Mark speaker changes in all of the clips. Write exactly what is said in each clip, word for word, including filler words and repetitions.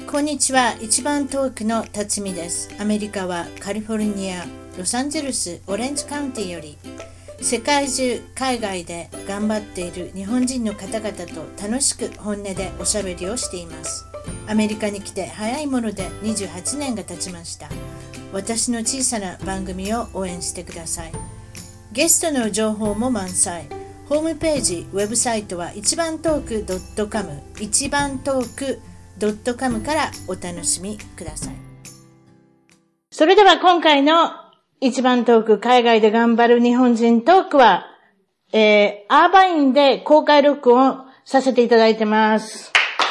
Speaker 1: こんにちは。一番遠くの辰巳です。アメリカはカリフォルニア、ロサンゼルス、オレンジカウンティより世界中、海外で頑張っている日本人の方々と楽しく本音でおしゃべりをしています。アメリカに来て早いものでにじゅうはちねんが経ちました。私の小さな番組を応援してください。ゲストの情報も満載。ホームページ、ウェブサイトは一番トーク .com 一番トーク .com からお楽しみください。それでは今回の一番トーク、海外で頑張る日本人トークは、えー、アーバインで公開録音させていただいてます。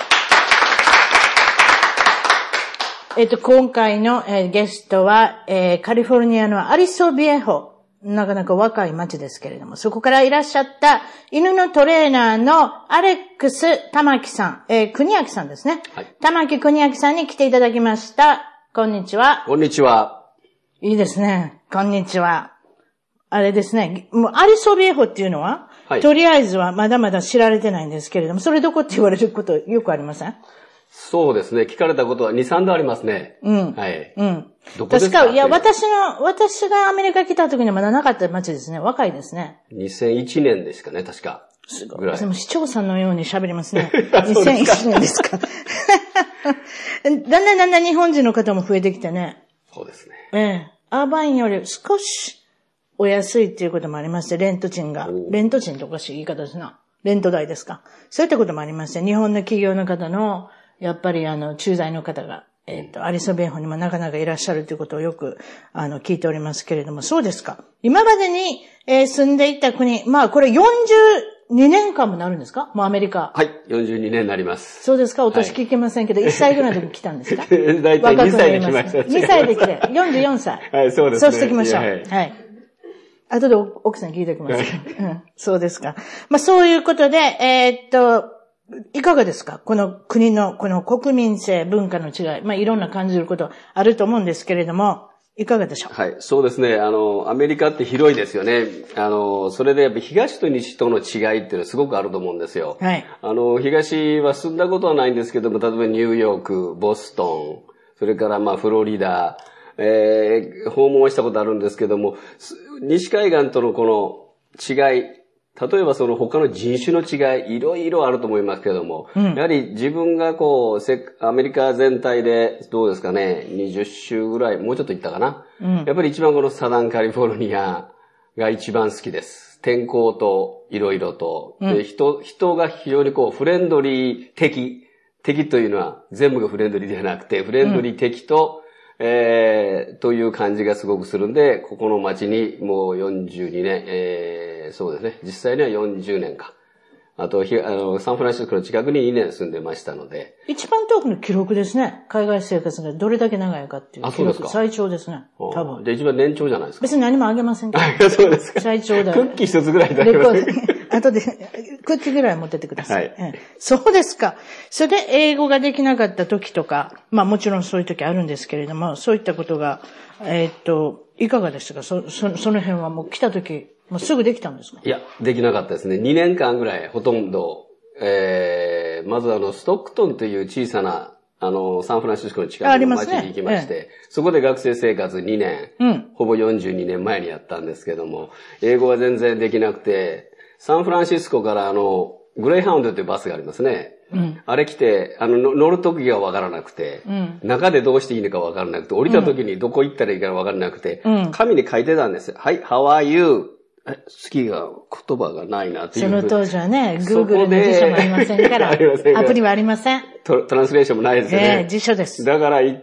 Speaker 1: えっと、今回の、えー、ゲストは、えー、カリフォルニアのアリソビエホ。なかなか若い町ですけれども、そこからいらっしゃった犬のトレーナーのアレックス玉木さん、えー、国明さんですね。はい。玉木国明さんに来ていただきました。こんにちは。
Speaker 2: こんにちは。
Speaker 1: いいですね。こんにちは。あれですね。もうアリソビエホっていうのは、はい、とりあえずはまだまだ知られてないんですけれども、それどこって言われることよくありません？
Speaker 2: そうですね。聞かれたことはに、さんどありますね。
Speaker 1: うん。
Speaker 2: はい。
Speaker 1: うん。
Speaker 2: どこですか？
Speaker 1: 確か、いや、私の、私がアメリカ来た時にはまだなかった街ですね。若いですね。
Speaker 2: にせんいちねんですかね、確か。
Speaker 1: すごい。でも市長さんのように喋りますね。
Speaker 2: にせんいち
Speaker 1: ねんですか。だんだんだんだん日本人の方も増えてきてね。
Speaker 2: そうですね。
Speaker 1: ええ。アーバインより少しお安いっていうこともありまして、レント賃が。レント賃っておかしい言い方ですな。レント代ですか。そういったこともありまして、日本の企業の方の、やっぱりあの、駐在の方が、えっと、アリソビエホにもなかなかいらっしゃるということをよく、あの、聞いておりますけれども、そうですか。今までに、えー、住んでいた国、まあ、これよんじゅうにねんかんもなるんですか？もうアメリカ。
Speaker 2: はい、よんじゅうにねんになります。
Speaker 1: そうですか。お年聞けませんけど、はい、いっさいぐらいの時に来たんですか？
Speaker 2: だいたいにさいで来ました。
Speaker 1: にさいで来て、よんじゅうよんさい。
Speaker 2: はい、そうですね。
Speaker 1: そうしておきましょう。はい。はい。後で奥さん聞いておきます。はい、うん。そうですか。まあ、そういうことで、えー、っと、いかがですか？この国の、この国民性、文化の違い。まあ、いろんな感じることあると思うんですけれども、いかがでしょう？
Speaker 2: はい、そうですね。あの、アメリカって広いですよね。あの、それでやっぱ東と西との違いっていうのはすごくあると思うんですよ。
Speaker 1: はい。
Speaker 2: あの、東は住んだことはないんですけども、例えばニューヨーク、ボストン、それからまあフロリダ、えー、訪問したことあるんですけども、西海岸とのこの違い、例えばその他の人種の違い、いろいろあると思いますけども、うん、やはり自分がこう、アメリカ全体でどうですかね、にじゅっ州ぐらい、もうちょっと行ったかな。うん、やっぱり一番このサザンカリフォルニアが一番好きです。天候といろいろと、うん、で人、人が非常にこうフレンドリー的、的というのは全部がフレンドリーではなくて、フレンドリー的と、うん、えー、という感じがすごくするんで、ここの街にもうよんじゅうにねん、えー、そうですね。実際にはよんじゅうねんか。あと、あの、サンフランシスコの近くににねん住んでましたので。
Speaker 1: 一番遠くの記録ですね。海外生活がどれだけ長いかっていう。
Speaker 2: あ、そうですか。
Speaker 1: 最長ですね。多分。
Speaker 2: で、一番年長じゃないですか。
Speaker 1: 別に何もあげませんけ
Speaker 2: ど。そうですか。
Speaker 1: 最長だ。
Speaker 2: クッキー一つぐらいいただきます。
Speaker 1: あとで、クッキーぐらい持ってってください。
Speaker 2: はい。
Speaker 1: そうですか。それで英語ができなかった時とか、まあもちろんそういう時あるんですけれども、そういったことが、えー、っと、いかがでしたか？そ、そ、その辺はもう来た時、もうすぐできたんですか？
Speaker 2: いや、できなかったですね。にねんかんぐらいほとんど、えー、まずあの、ストックトンという小さな、あの、サンフランシスコの近くの町に行きまして、ねええ、そこで学生生活にねん、うん、ほぼよんじゅうにねんまえにやったんですけども、英語は全然できなくて、サンフランシスコからあの、グレイハウンドというバスがありますね。うん、あれ来て、あの、乗る時がわからなくて、うん、中でどうしていいのかわからなくて、降りた時にどこ行ったらいいかわからなくて、うん、紙に書いてたんですよ。はい、How are you? え、好きが、言葉がないなっていう。
Speaker 1: その当時はね、Google の辞書もありませんから、アプリはありません。
Speaker 2: ト, トランスレーションもないですよね。
Speaker 1: ええ、辞書です。
Speaker 2: だから行って、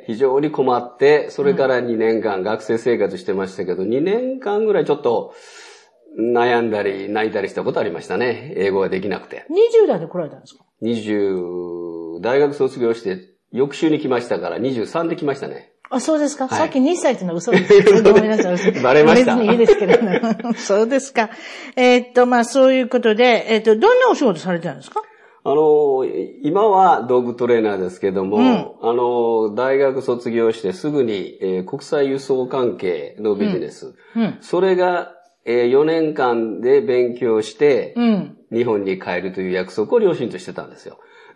Speaker 2: 非常に困って、それからにねんかん学生生活してましたけど、にねんかんぐらいちょっと、悩んだり泣いたりしたことありましたね。英語ができなくて。
Speaker 1: にじゅう代で来られたんですか？
Speaker 2: にじゅう、大学卒業して、翌週に来ましたから、にじゅうさんで来ましたね。
Speaker 1: あ、そうですか、はい、さっきにさいっていうのは嘘です。ごめんなさい。
Speaker 2: バレました。
Speaker 1: 別にいいですけど、ね、そうですか。えー、っと、まあそういうことで、えー、っと、どんなお仕事されてたんですか？
Speaker 2: あの、今はドッグトレーナーですけども、うん、あの、大学卒業してすぐに、えー、国際輸送関係のビジネス。うんうん、それが、えー、よねんかんで勉強して、うん、日本に帰るという約束を両親としてたんですよ。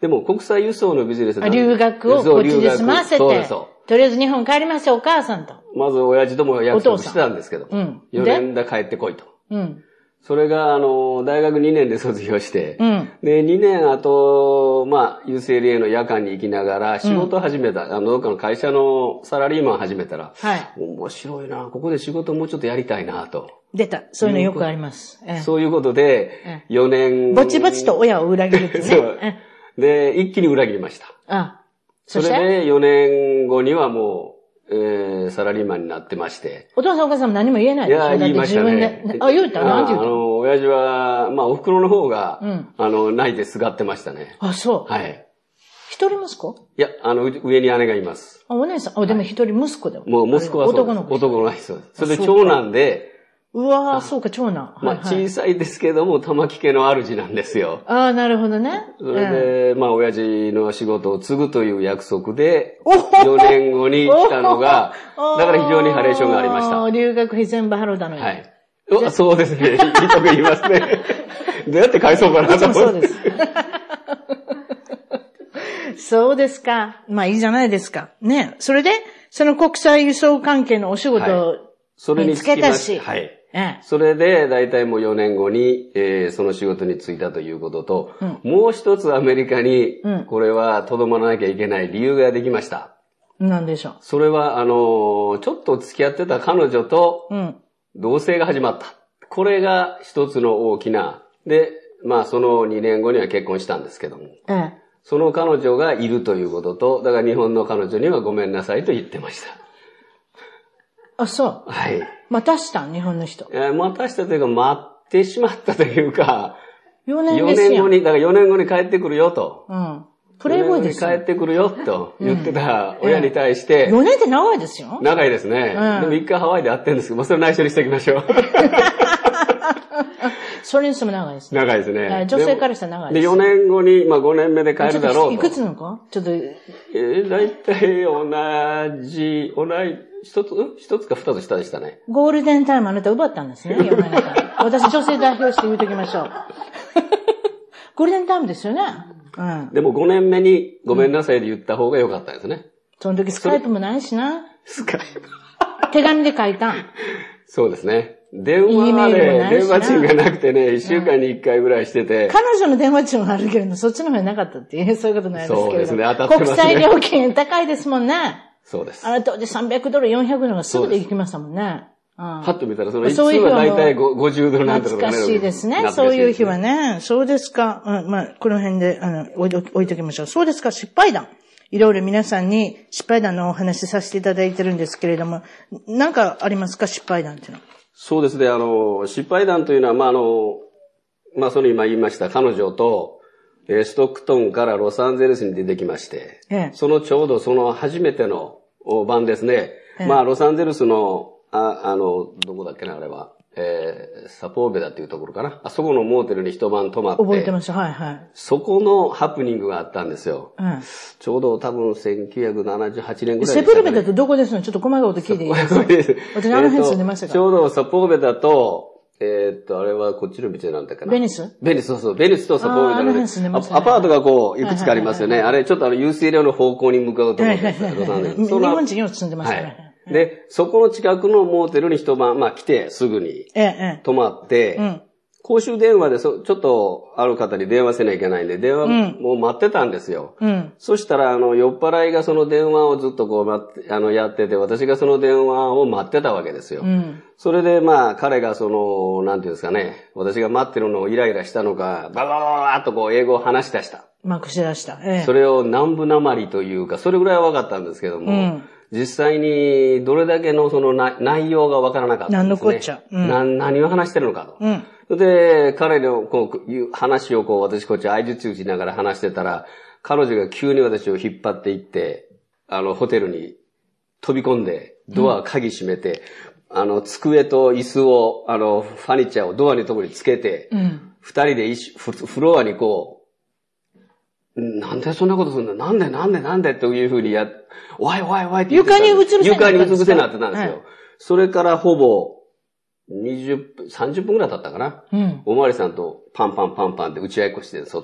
Speaker 2: でも国際輸送のビジネス
Speaker 1: あ留学をこっちで済ませて、
Speaker 2: そうですそう。
Speaker 1: とりあえず日本帰りましょう、お母さんと。
Speaker 2: まず親父とも約束してたんですけど、うん、よねんだ帰ってこいと。うん、それが、あの、大学にねんで卒業して、うん、で、にねん後、まあ、ユーシーエルエー の夜間に行きながら仕事を始めた、うん、あの、どっかの会社のサラリーマンを始めたら、はい。面白いな、ここで仕事もうちょっとやりたいなと。
Speaker 1: 出た。そういうのよくあります。
Speaker 2: ええ、そういうことで、よねん。
Speaker 1: ぼちぼちと親を裏切るってね。そう。
Speaker 2: で、一気に裏切りました。あそれでよねんごにはもう、えー、サラリーマンになってまして。
Speaker 1: お父さんお母さんも何も言えないでしょ？いや、
Speaker 2: 言いましたね。
Speaker 1: あ、言うた？何て言うた？
Speaker 2: あの、親父は、まあ、お袋の方が、うん、あの、泣いてすがってましたね。
Speaker 1: あ、そう。
Speaker 2: はい。
Speaker 1: 一人息子？
Speaker 2: いや、あの、上に姉がいます。
Speaker 1: あ、お姉さん。あ、でも一人息子だよ。
Speaker 2: もう息子はそうです。男の子。男の子。そうです。それで長男で、
Speaker 1: うわぁ、そうか、長男。
Speaker 2: まあ、小さいですけども、玉木家の主なんですよ。
Speaker 1: ああ、なるほどね。
Speaker 2: それで、まあ、親父の仕事を継ぐという約束で、よねんごに来たのが、だから非常にハレーションがありました。
Speaker 1: 留学費全部払うたのに。
Speaker 2: はい。おそうですね。いいとこ言いますね。どうやって返そうかなと思って。そうです。
Speaker 1: そうですか。まあ、いいじゃないですか。ね。それで、その国際輸送関係のお仕事を、はい、
Speaker 2: それにつけたし。はい。ええ、それで、だいたいもうよねんごに、えー、その仕事に就いたということと、うん、もう一つアメリカに、これはとどまらなきゃいけない理由ができました。
Speaker 1: 何でしょう？
Speaker 2: それは、あの、ちょっと付き合ってた彼女と、同棲が始まった。これが一つの大きな、で、まあそのにねんごには結婚したんですけども、ええ、その彼女がいるということと、だから日本の彼女にはごめんなさいと言ってました。
Speaker 1: あ、そう。
Speaker 2: はい。
Speaker 1: 待たした日本の人。
Speaker 2: えー、待たしたというか、待ってしまったというか、
Speaker 1: よねんですよ。
Speaker 2: よねんごに、だからよねんごに帰ってくるよと。
Speaker 1: うん。プレイボーイですよ。
Speaker 2: よねんごに帰ってくるよと言ってた親に対して。
Speaker 1: うん、よねんって長いですよ。
Speaker 2: 長いですね。うん、でも一回ハワイで会ってるんですけど、まあそれ内緒にしておきましょう。
Speaker 1: それにしても長いです
Speaker 2: ね。長いですね。
Speaker 1: 女性からしたら長いです。
Speaker 2: で、よねんごに、まあごねんめで帰るだろうと。
Speaker 1: いくつなのかちょっと。え
Speaker 2: ー、だいたい同じ、同い、一つ、一つか二つ下でしたね。
Speaker 1: ゴールデンタイムあなた奪ったんですね、世の中。私女性代表して言うときましょう。ゴールデンタイムですよね。
Speaker 2: うん。でもごねんめにごめんなさいで言った方が良かったですね。うん、
Speaker 1: その時スカイプもないしな。
Speaker 2: スカイプ
Speaker 1: 手紙で書いたん。
Speaker 2: そうですね。電話はね、電話賃がなくてね、一週間に一回ぐらいしてて、うん。
Speaker 1: 彼女の電話賃はあるけれど、そっちの方になかったっていう、そういうことないですけど。
Speaker 2: そうですね、当たってますね。
Speaker 1: 国際料金高いですもんね。
Speaker 2: そうです。
Speaker 1: あの当時さんびゃくドル、よんひゃくドルがすぐで行きましたもんね。
Speaker 2: うん、パッと見たら、その一通はだいたいごじゅうドルなんてことがね。
Speaker 1: 懐かしいですね。そういう日はね。そうですか。うん、まあ、この辺で、あの、置いと、置いときましょう。そうですか、失敗談。いろいろ皆さんに失敗談のお話しさせていただいてるんですけれども、なんかありますか、失敗談っていうのは。
Speaker 2: そうですね、あの、失敗談というのは、まあ、あの、まあ、その今言いました彼女と、えー、ストックトンからロサンゼルスに出てきまして、ええ、そのちょうどその初めての晩ですね、ええ、まあ、ロサンゼルスの、あ、あの、どこだっけな、あれは。えー、サポーベダっていうところかな。あそこのモーテルに一晩泊まって。
Speaker 1: 覚えてました。はいはい。
Speaker 2: そこのハプニングがあったんですよ。うん、ちょうど多分せんきゅうひゃくななじゅうはちねんぐらいでした、ね。
Speaker 1: セプルベダってどこですの？ちょっと細かいこと聞いていいですか？私あの辺住んでましたから。
Speaker 2: ちょうどサポーベダと、えー、っと、あれはこっちの道なんだっけな。
Speaker 1: ベニス
Speaker 2: ベニス、そうそう。ベニスとサポーベダの、ね、あアパートがこう、いくつかありますよね。あれ、ちょっとあの、ユーシーエルエーの方向に向かうところです。ロサンゼルス。
Speaker 1: 日本人よく住んでましたね。はい
Speaker 2: で、そこの近くのモーテルに一晩、まあ来てすぐに泊まって、ええうん、公衆電話でそちょっとある方に電話せなきゃいけないんで、電話もう待ってたんですよ。うん、そしたら、あの、酔っ払いがその電話をずっとこう待って、あの、やってて、私がその電話を待ってたわけですよ。うん、それでまあ彼がその、なんていうんですかね、私が待ってるのをイライラしたのか、ババババーっとこう英語を話し出した。
Speaker 1: まくし出した。ええ、
Speaker 2: それを南部なまりというか、それぐらいは分かったんですけども、うん実際にどれだけのその内容がわからなかったんですね。
Speaker 1: 何のこっちゃ。
Speaker 2: うん、な何を話してるのかと。うん、で、彼のこう話をこう私こっち相槌打ちながら話してたら、彼女が急に私を引っ張っていって、あの、ホテルに飛び込んで、ドア鍵閉めて、うん、あの、机と椅子を、あの、ファニチャーをドアのところにつけて、うん、二人で一フロアにこう、なんでそんなことするんだなんでなんでなんでっていうふうにやっ、おいおいおいって言ってた。
Speaker 1: 床にうつ伏せになったんですか？
Speaker 2: 床にうつ伏せになってたんですよ。はい、それからほぼにじゅっぷん、さんじゅっぷんくらい経ったかな。うん。おまわりさんとパンパンパンパンって打ち合いっこしてる外で。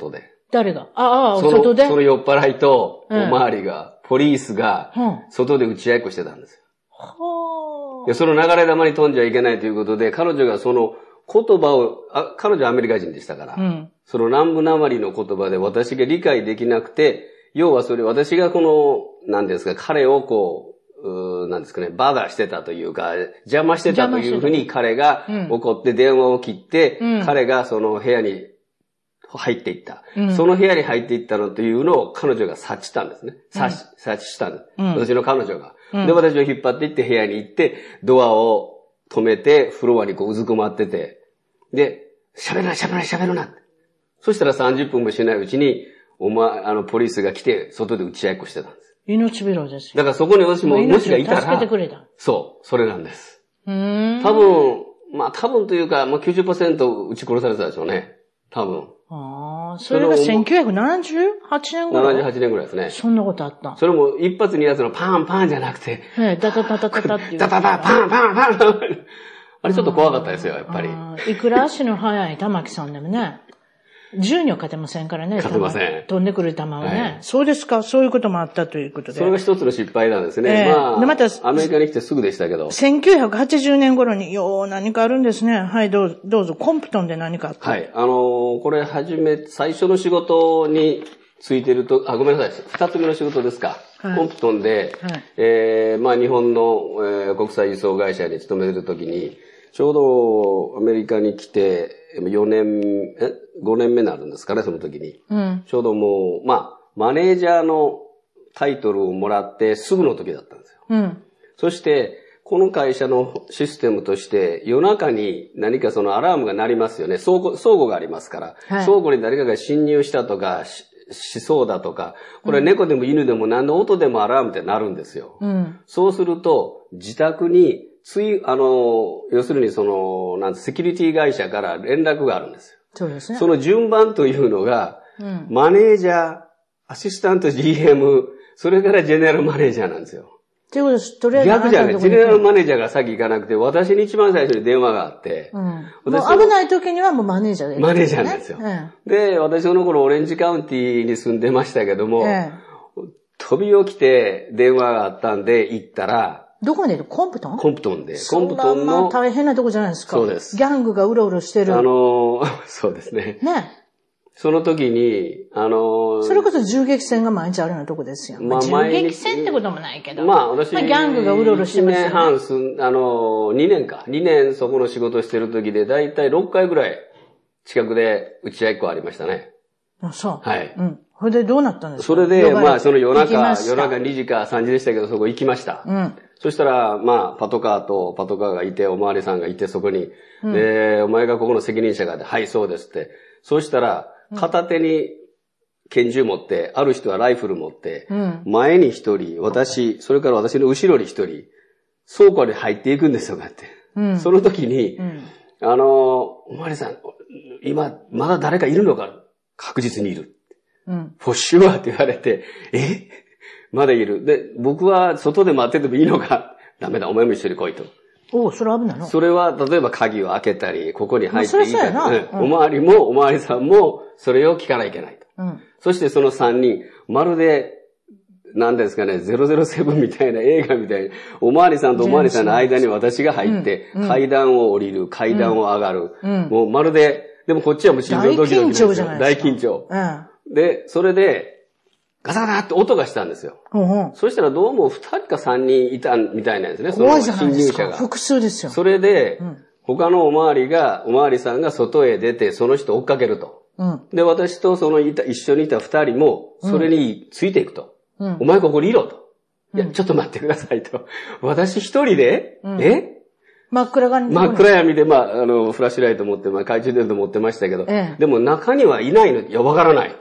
Speaker 1: 誰がああ、
Speaker 2: その
Speaker 1: 外で
Speaker 2: その酔っ払いと、おまわりが、ポリースが、外で打ち合いっこしてたんですよ。
Speaker 1: は
Speaker 2: でその流れ玉に飛んじゃいけないということで、彼女がその言葉を、あ彼女はアメリカ人でしたから、うん、その南部なまりの言葉で私が理解できなくて、要はそれ私がこの、何ですか、彼をこう、うなんですかね、バダーしてたというか、邪魔してたというふうに彼が怒って電話を切って、うん、彼がその部屋に入っていった、うん。その部屋に入っていったのというのを彼女が察知したんですね。察知、察知したんです。うん、私の彼女が、うん。で、私を引っ張っていって部屋に行って、ドアを止めて、フロアにこううずくまってて、で、喋るな、喋るな、喋るな。そしたらさんじゅっぷんもしないうちに、おま、あの、ポリスが来て、外で打ち合いっこしてたんです。
Speaker 1: 命拾いですよ。
Speaker 2: だからそこに私も、もしがいたら、
Speaker 1: 助けてくれた。
Speaker 2: そう、それなんです。
Speaker 1: うーん。
Speaker 2: 多分、まあ多分というか、まあ きゅうじゅっパーセント 撃ち殺されてたでしょうね。多分。
Speaker 1: ああ、それがせんきゅうひゃくななじゅうはちねんぐらい ?ななじゅうはち
Speaker 2: 年ぐらいですね。
Speaker 1: そんなことあった。
Speaker 2: それも一発二発のパンパンじゃなくて、
Speaker 1: ええ、ダタタタタタっていう。
Speaker 2: ダタタパンパンパンパンあれちょっと怖かったですよ、やっぱり。
Speaker 1: いくら足の速い玉木さんでもね、銃には勝てませんからね。
Speaker 2: 勝てません。
Speaker 1: 飛んでくる球はね、はい。そうですか、そういうこともあったということで。
Speaker 2: それが一つの失敗なんですね。えー、まあ、また、アメリカに来てすぐでしたけど。
Speaker 1: せんきゅうひゃくはちじゅうねん頃に、よう何かあるんですね。はい、どうぞ、どうぞ、コンプトンで何かあった。
Speaker 2: はい、あのー、これはじめ、最初の仕事についてると、あ、ごめんなさい、二つ目の仕事ですか。はい、コンプトンで、はい、えー、まあ日本の、えー、国際輸送会社に勤めてるときに、ちょうどアメリカに来てよねん、え、ごねんめになるんですかね、その時に。うん、ちょうどもう、まあ、マネージャーのタイトルをもらってすぐの時だったんですよ。うん、そして、この会社のシステムとして、夜中に何かそのアラームが鳴りますよね。倉庫、倉庫がありますから。はい、倉庫に誰かが侵入したとかし、しそうだとか、これ猫でも犬でも何の音でもアラームって鳴るんですよ。うん、そうすると、自宅に、つい、あの、要するにその、なんて、セキュリティ会社から連絡があるんですよ。
Speaker 1: そうですね。
Speaker 2: その順番というのが、うん、マネージャー、アシスタント ジーエム、それからジェネラルマネージャーなんですよ。
Speaker 1: ということです。とりあえず。
Speaker 2: 逆じゃない。ジェネラルマネージャーが先行かなくて、私に一番最初に電話があって。うん。も
Speaker 1: う危ない時にはもうマネージャーで、ね。
Speaker 2: マネージャーなんですよ。うん、で、私その頃オレンジカウンティに住んでましたけども、ええ、飛び起きて電話があったんで行ったら、
Speaker 1: どこにいるコンプトン
Speaker 2: コンプトンで。コンプトンの。
Speaker 1: まあ大変なとこじゃないですか。
Speaker 2: そうです。
Speaker 1: ギャングがうろうろしてる。
Speaker 2: あのー、そうですね。
Speaker 1: ね。
Speaker 2: その時に、あのー、
Speaker 1: それこそ銃撃戦が毎日あるようなとこですよ。まあ、銃撃戦ってこともないけど。
Speaker 2: まあ私、
Speaker 1: まあ、ギャングがうろうろしてますよ、ね。
Speaker 2: いちねんはんすん、あのー、にねんか。にねんそこの仕事してる時で、だいたいろっかいぐらい近くで打ち合いっこありましたね。
Speaker 1: あ、そう。
Speaker 2: はい。
Speaker 1: うん。それでどうなったんですか？
Speaker 2: それで、まあその夜中、夜中にじかさんじでしたけど、そこ行きました。うん。そしたら、まあ、パトカーとパトカーがいて、おまわりさんがいて、そこに、うん、で、お前がここの責任者がで、はい、そうですって。そうしたら、片手に拳銃持って、ある人はライフル持って、うん、前に一人、私、それから私の後ろに一人、倉庫に入っていくんですよ、こうやって。うん、その時に、うん、あの、おまわりさん、今、まだ誰かいるのか？確実にいる。うん、フォッシュワーって言われて、えまだいる。で、僕は外で待っててもいいのか？ダメだ、お前も一緒に来いと。
Speaker 1: おお、それ危ないの？
Speaker 2: それは、例えば鍵を開けたり、ここに入っていいか、
Speaker 1: まあ、
Speaker 2: うん、おまわりも、おまわりさんも、それを聞かないといけないと。うん、そしてその三人、まるで、何ですかね、ゼロゼロセブンみたいな映画みたいに、おまわりさんとおまわりさんの間に私が入って、うん、階段を降りる、階段を上がる。うん、もうまるで、でもこっちはもう心臓ドキドキなんですよ。大緊張じゃないですか。大緊張。うん、で、それで、ガサガサって音がしたんですよ。うんうん、そしたらどうも二人か三人いたみたいなんですね。
Speaker 1: 怖いじゃないですか。複数ですよ。
Speaker 2: それで、うん、他のおまわりが、おまわりさんが外へ出て、その人を追っかけると。うん、で、私とそのいた、一緒にいた二人も、それについていくと。うん、お前ここにいろと。うん、いや、ちょっと待ってくださいと。私一人で、うん、え
Speaker 1: 真っ暗が
Speaker 2: 真っ暗闇で、まあ、あの、フラッシュライト持って、まあ、懐中電灯持ってましたけど、ええ、でも中にはいないの、いや、わからないって。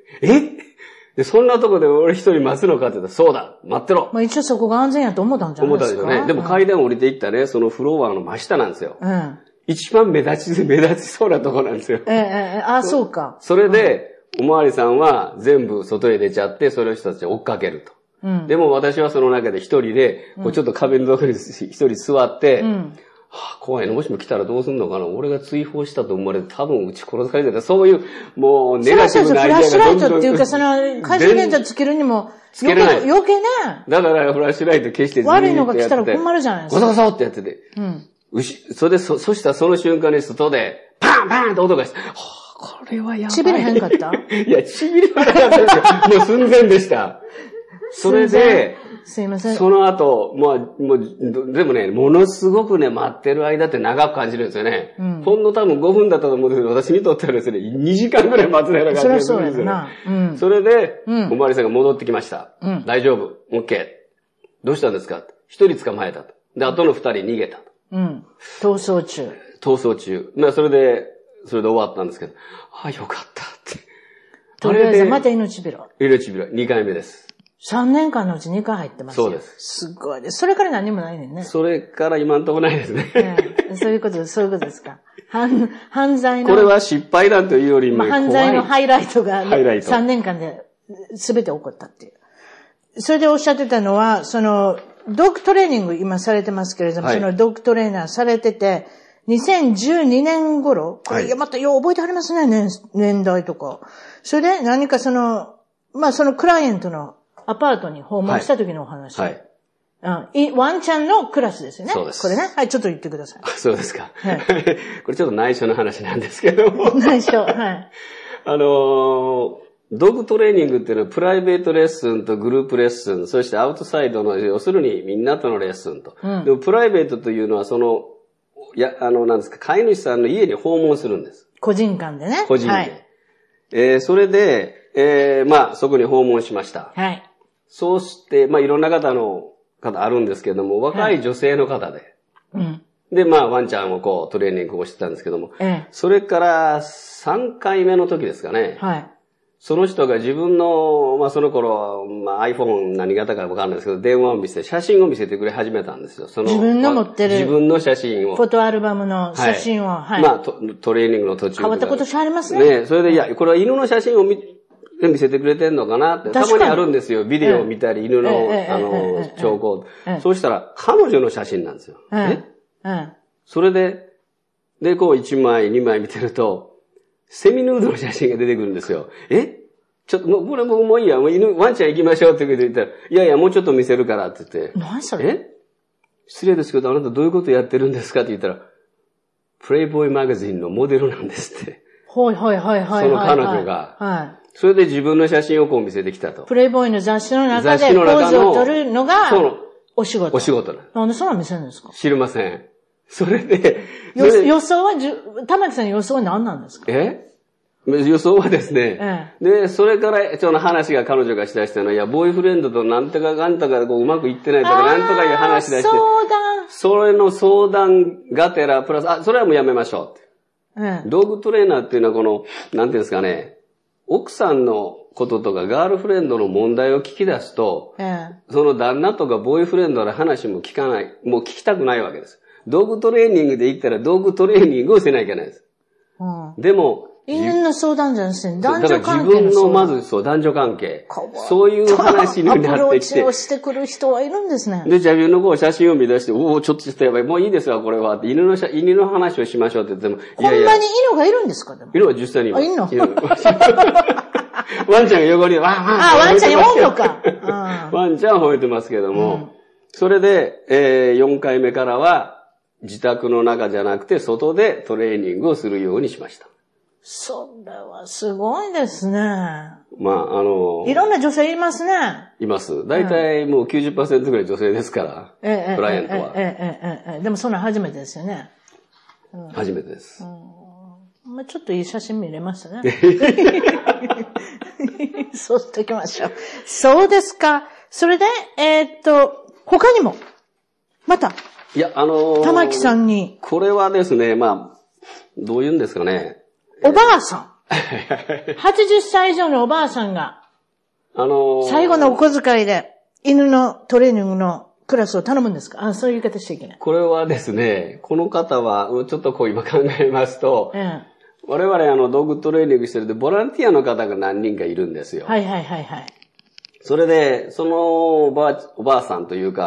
Speaker 2: えで、そんなとこで俺一人待つのかって言ったら、そうだ、待ってろ。
Speaker 1: まあ一応そこが安全やと思ったんじゃないですか。
Speaker 2: 思ったんですよね。でも階段降りていったね、そのフロアの真下なんですよ。うん。一番目立ち、目立ちそうなとこなんですよ。
Speaker 1: ええ、ええ、あ、そうか。
Speaker 2: それで、おまわりさんは全部外へ出ちゃって、それを人たちを追っかけると。うん。でも私はその中で一人で、こうちょっと壁のところに一人座って、うん。 はあ、怖いね。もしも来たらどうすんのかな。俺が追放したと思われて多分撃ち殺されてた。そういう、もう、ネガティブなアイデアがどんどん。
Speaker 1: フラッシュライトっていうか、その、回収電車つけるにも、
Speaker 2: つけれない。
Speaker 1: 余計ね。
Speaker 2: だからフラッシュライト消して
Speaker 1: 悪いのが来たら困るじゃないですか。
Speaker 2: ゴソゴソってやってて。うん。うし、それで、そ、そしたらその瞬間に外で、パンパンって音がして、はあ、これはやばい。
Speaker 1: ちびれへんかった？
Speaker 2: いや、ちびれはなかったですよ。もう寸前でした。それで、
Speaker 1: すいません。
Speaker 2: その後、まあ、もう、でもね、ものすごくね、待ってる間って長く感じるんですよね。うん、ほんの多分ごふんだったと思うんですけど、私にとってはですね、にじかんぐらい待つような感じがするんですよ。そりゃそうやな。うん。それで、うん、おまわりさんが戻ってきました。うん。大丈夫。オッケー。どうしたんですか？一人捕まえたと。で、あとの二人逃げたと。
Speaker 1: うん。逃走中。
Speaker 2: 逃走中。まあ、それで、それで終わったんですけど、ああ、よかったって。
Speaker 1: とりあえず、また命拾い。
Speaker 2: 命拾い。にかいめです。
Speaker 1: さんねんかんのうちにかい入ってますよ。
Speaker 2: そうです。
Speaker 1: すごいです。それから何もないねんね。
Speaker 2: それから今んとこないですね。
Speaker 1: うん、そういうことです、そういうことですか。犯、犯罪の。
Speaker 2: これは失敗談というよりも、
Speaker 1: まあ、犯罪のハイライトが、ね、さんねんかんで全て起こったっていう。それでおっしゃってたのは、その、ドッグトレーニング今されてますけれども、はい、そのドッグトレーナーされてて、にせんじゅうにねん頃、これ、はい、いやまたよう覚えてありますね、年、年代とか。それで何かその、まあそのクライエントのアパートに訪問した時のお話。はい。はい、うん、ワンちゃんのクラスですよね。
Speaker 2: そうです。
Speaker 1: これね。はい、ちょっと言ってください。
Speaker 2: そうですか。はい。これちょっと内緒の話なんですけども。
Speaker 1: 内緒、はい。
Speaker 2: あのー、ドッグトレーニングっていうのはプライベートレッスンとグループレッスン、そしてアウトサイドの、要するにみんなとのレッスンと。うん、でもプライベートというのはその、いや、あの、なんですか、飼い主さんの家に訪問するんです。
Speaker 1: 個人間でね。
Speaker 2: 個人で。はい、えー、それで、えー、まあ、そこに訪問しました。はい。そうして、まあ、いろんな方の方あるんですけども、若い女性の方で。はい、うん。で、まあ、ワンちゃんをこう、トレーニングをしてたんですけども、ええ、それからさんかいめの時ですかね。はい。その人が自分の、まあその頃、まあ iPhone 何型かわかんないですけど、電話を見せて、写真を見せてくれ始めたんですよ。その
Speaker 1: 自分の持ってる。
Speaker 2: 自分の写真を。
Speaker 1: フォトアルバムの写真を。はい。
Speaker 2: はい、まあト、トレーニングの途中。
Speaker 1: 変わったことしありますね。
Speaker 2: ね、それで、いや、これは犬の写真を見、見せてくれてんのかなって。たまにあるんですよ。ビデオを見たり、犬の、あの、兆候。そうしたら、彼女の写真なんですよ。ね。うん。それで、で、こういちまい、にまい見てると、セミヌードの写真が出てくるんですよ。えちょっと、もう、これもういいや、もう犬、ワンちゃん行きましょうって言ったら、いやいや、もうちょっと見せるからって言って。
Speaker 1: 何それ？
Speaker 2: え失礼ですけど、あなたどういうことやってるんですかって言ったら、プレイボーイマガジンのモデルなんですって。
Speaker 1: はいはいはいはい。
Speaker 2: その彼女が。はい。それで自分の写真をこう見せてきたと。
Speaker 1: プレイボーイの雑誌の中でポーズを撮るのが、その、お仕事。
Speaker 2: お仕事な。
Speaker 1: なんでそんな見せるんですか？
Speaker 2: 知りません。それで、
Speaker 1: 予想は、玉木さんの予想は何なんですか？
Speaker 2: え予想はですね、ええ、で、それから、その話が彼女がしだしたのは、いや、ボーイフレンドとなんとかかんとかこううまくいってないとか、なんとかいう話だして、
Speaker 1: 相談。
Speaker 2: それの相談がてら、プラス、あ、それはもうやめましょうって。ええ、道具トレーナーっていうのはこの、なんていうんですかね、奥さんのこととかガールフレンドの問題を聞き出すと、ええ、その旦那とかボーイフレンドの話も聞かない、もう聞きたくないわけです。道具トレーニングで言ったら道具トレーニングをせなきゃいけないです。うん、でも、
Speaker 1: 犬の相談じゃなくて、男女関係の相談。だから
Speaker 2: 自分のまず、そう、男女関係。そういう話になってきて。アプローチ
Speaker 1: をしてくる人はいるんですね。
Speaker 2: で、じゃあ自分のこう写真を見出して、おお、ちょっとしたやばい。もういいですわ、これは。って犬の写、犬の話をしましょうって言っても、
Speaker 1: いやいや。ほんまに犬がいるんですかでも。
Speaker 2: 犬は実際にいます。
Speaker 1: あ、いんの
Speaker 2: ワンちゃんが横に、わーわー。
Speaker 1: あ、ワンちゃん読むのか。
Speaker 2: ワンちゃんは吠えてますけども、うん、それで、えー、よんかいめからは、自宅の中じゃなくて、外でトレーニングをするようにしました。
Speaker 1: それはすごいですね。
Speaker 2: まあ、あの、
Speaker 1: いろんな女性いますね。
Speaker 2: います。だいたいもう きゅうじゅっパーセント ぐらい女性ですから、ええ、クライアントは。
Speaker 1: ええ、ええ、ええ、でもそんな初めてですよね。
Speaker 2: うん、初めてです。
Speaker 1: うん、まあ、ちょっといい写真見れましたね。そうしときましょう。そうですか。それで、えー、っと、他にも、また、
Speaker 2: いや、あのー、
Speaker 1: 玉木さんに。
Speaker 2: これはですね、まあ、どう言うんですかね。
Speaker 1: おばあさん。はちじゅっさい以上のおばあさんが、
Speaker 2: あのー、
Speaker 1: 最後のお小遣いで犬のトレーニングのクラスを頼むんですか？あ、そういう言い方しちゃいけない。
Speaker 2: これはですね、この方は、ちょっとこう今考えますと、うん、我々あの、ドッグトレーニングしてるで、ボランティアの方が何人かいるんですよ。
Speaker 1: はいはいはいはい。
Speaker 2: それで、そのおばあ、おばあさんというか、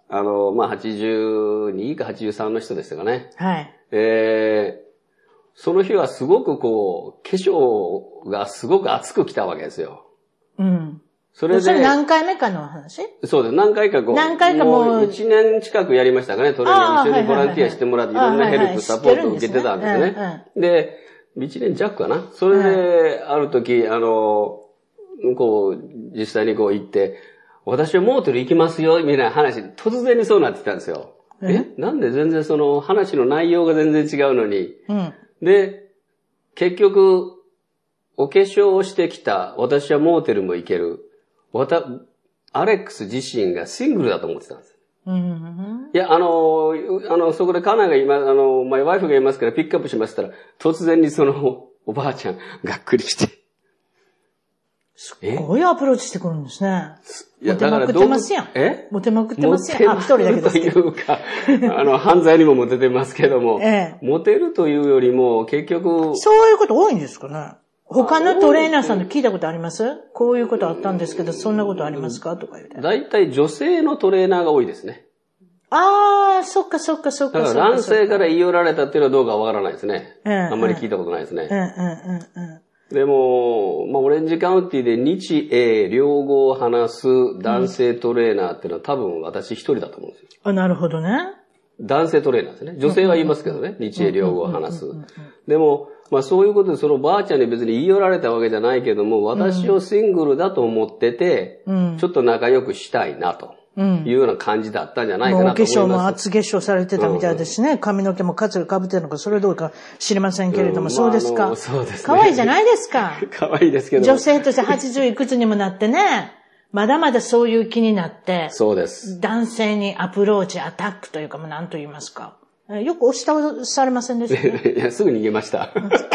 Speaker 2: あの、まあ、はちじゅうにかはちじゅうさんの人でしたかね。
Speaker 1: はい。
Speaker 2: えー、その日はすごくこう、化粧がすごく熱く来たわけですよ。
Speaker 1: うん。
Speaker 2: それで。
Speaker 1: それ何回目かの話？
Speaker 2: そうです。何回かこう。
Speaker 1: 何回かもう。
Speaker 2: いちねん近くやりましたかね。トレーニング一緒にボランティアしてもらって、いろんなヘルプ、サポートを受けてたんですね。で、いちねん弱かな。それで、ある時、あの、こう、実際にこう行って、私はモーテル行きますよ、みたいな話、突然にそうなってきたんですよ。えなんで全然その話の内容が全然違うのに。うん、で、結局、お化粧をしてきた、私はモーテルも行ける。わた、アレックス自身がシングルだと思ってたんです。うん、いや、あの、あの、そこでカナが今、あの、マイワイフがいますからピックアップしましたら、突然にその、おばあちゃん、がっくりして。
Speaker 1: すごいアプローチしてくるんですね。モテまくってますやん。えモテまくってますやん。あ、一人だけですけど。
Speaker 2: モテるというか、あの、犯罪にもモテてますけども、ええ、モテるというよりも、結局。
Speaker 1: そういうこと多いんですかね。他のトレーナーさんで聞いたことあります？こういうことあったんですけど、そんなことありますかとか言うて。
Speaker 2: 大体女性のトレーナーが多いですね。
Speaker 1: ああ、そっかそっかそっか。
Speaker 2: だから男性から言い寄られたっていうのはどうかわからないですね。うん、あんまり聞いたことないですね。うんうんうんうん、でも、まあ、オレンジカウンティで日英両語を話す男性トレーナーっていうのは多分私一人だと思うんですよ。
Speaker 1: あ、なるほどね。
Speaker 2: 男性トレーナーですね。女性は言いますけどね。日英両語を話す。でも、まあそういうことでそのばあちゃんに別に言い寄られたわけじゃないけども、私をシングルだと思ってて、うん、ちょっと仲良くしたいなと。いうような感じだったんじゃないかなと思います。
Speaker 1: もうお化粧も厚化粧されてたみたいですしね。うん、髪の毛もカツが被ってるのか、それどうか知りませんけれども、うん、そうですか。まあ、そうですね。可愛いじゃないですか。
Speaker 2: 可愛いですけど。
Speaker 1: 女性としてはちじゅういくつにもなってね、まだまだそういう気になって、
Speaker 2: そうです。
Speaker 1: 男性にアプローチ、アタックというか、何と言いますか。よく押し倒されませんでしたね。
Speaker 2: いや、すぐ逃げました。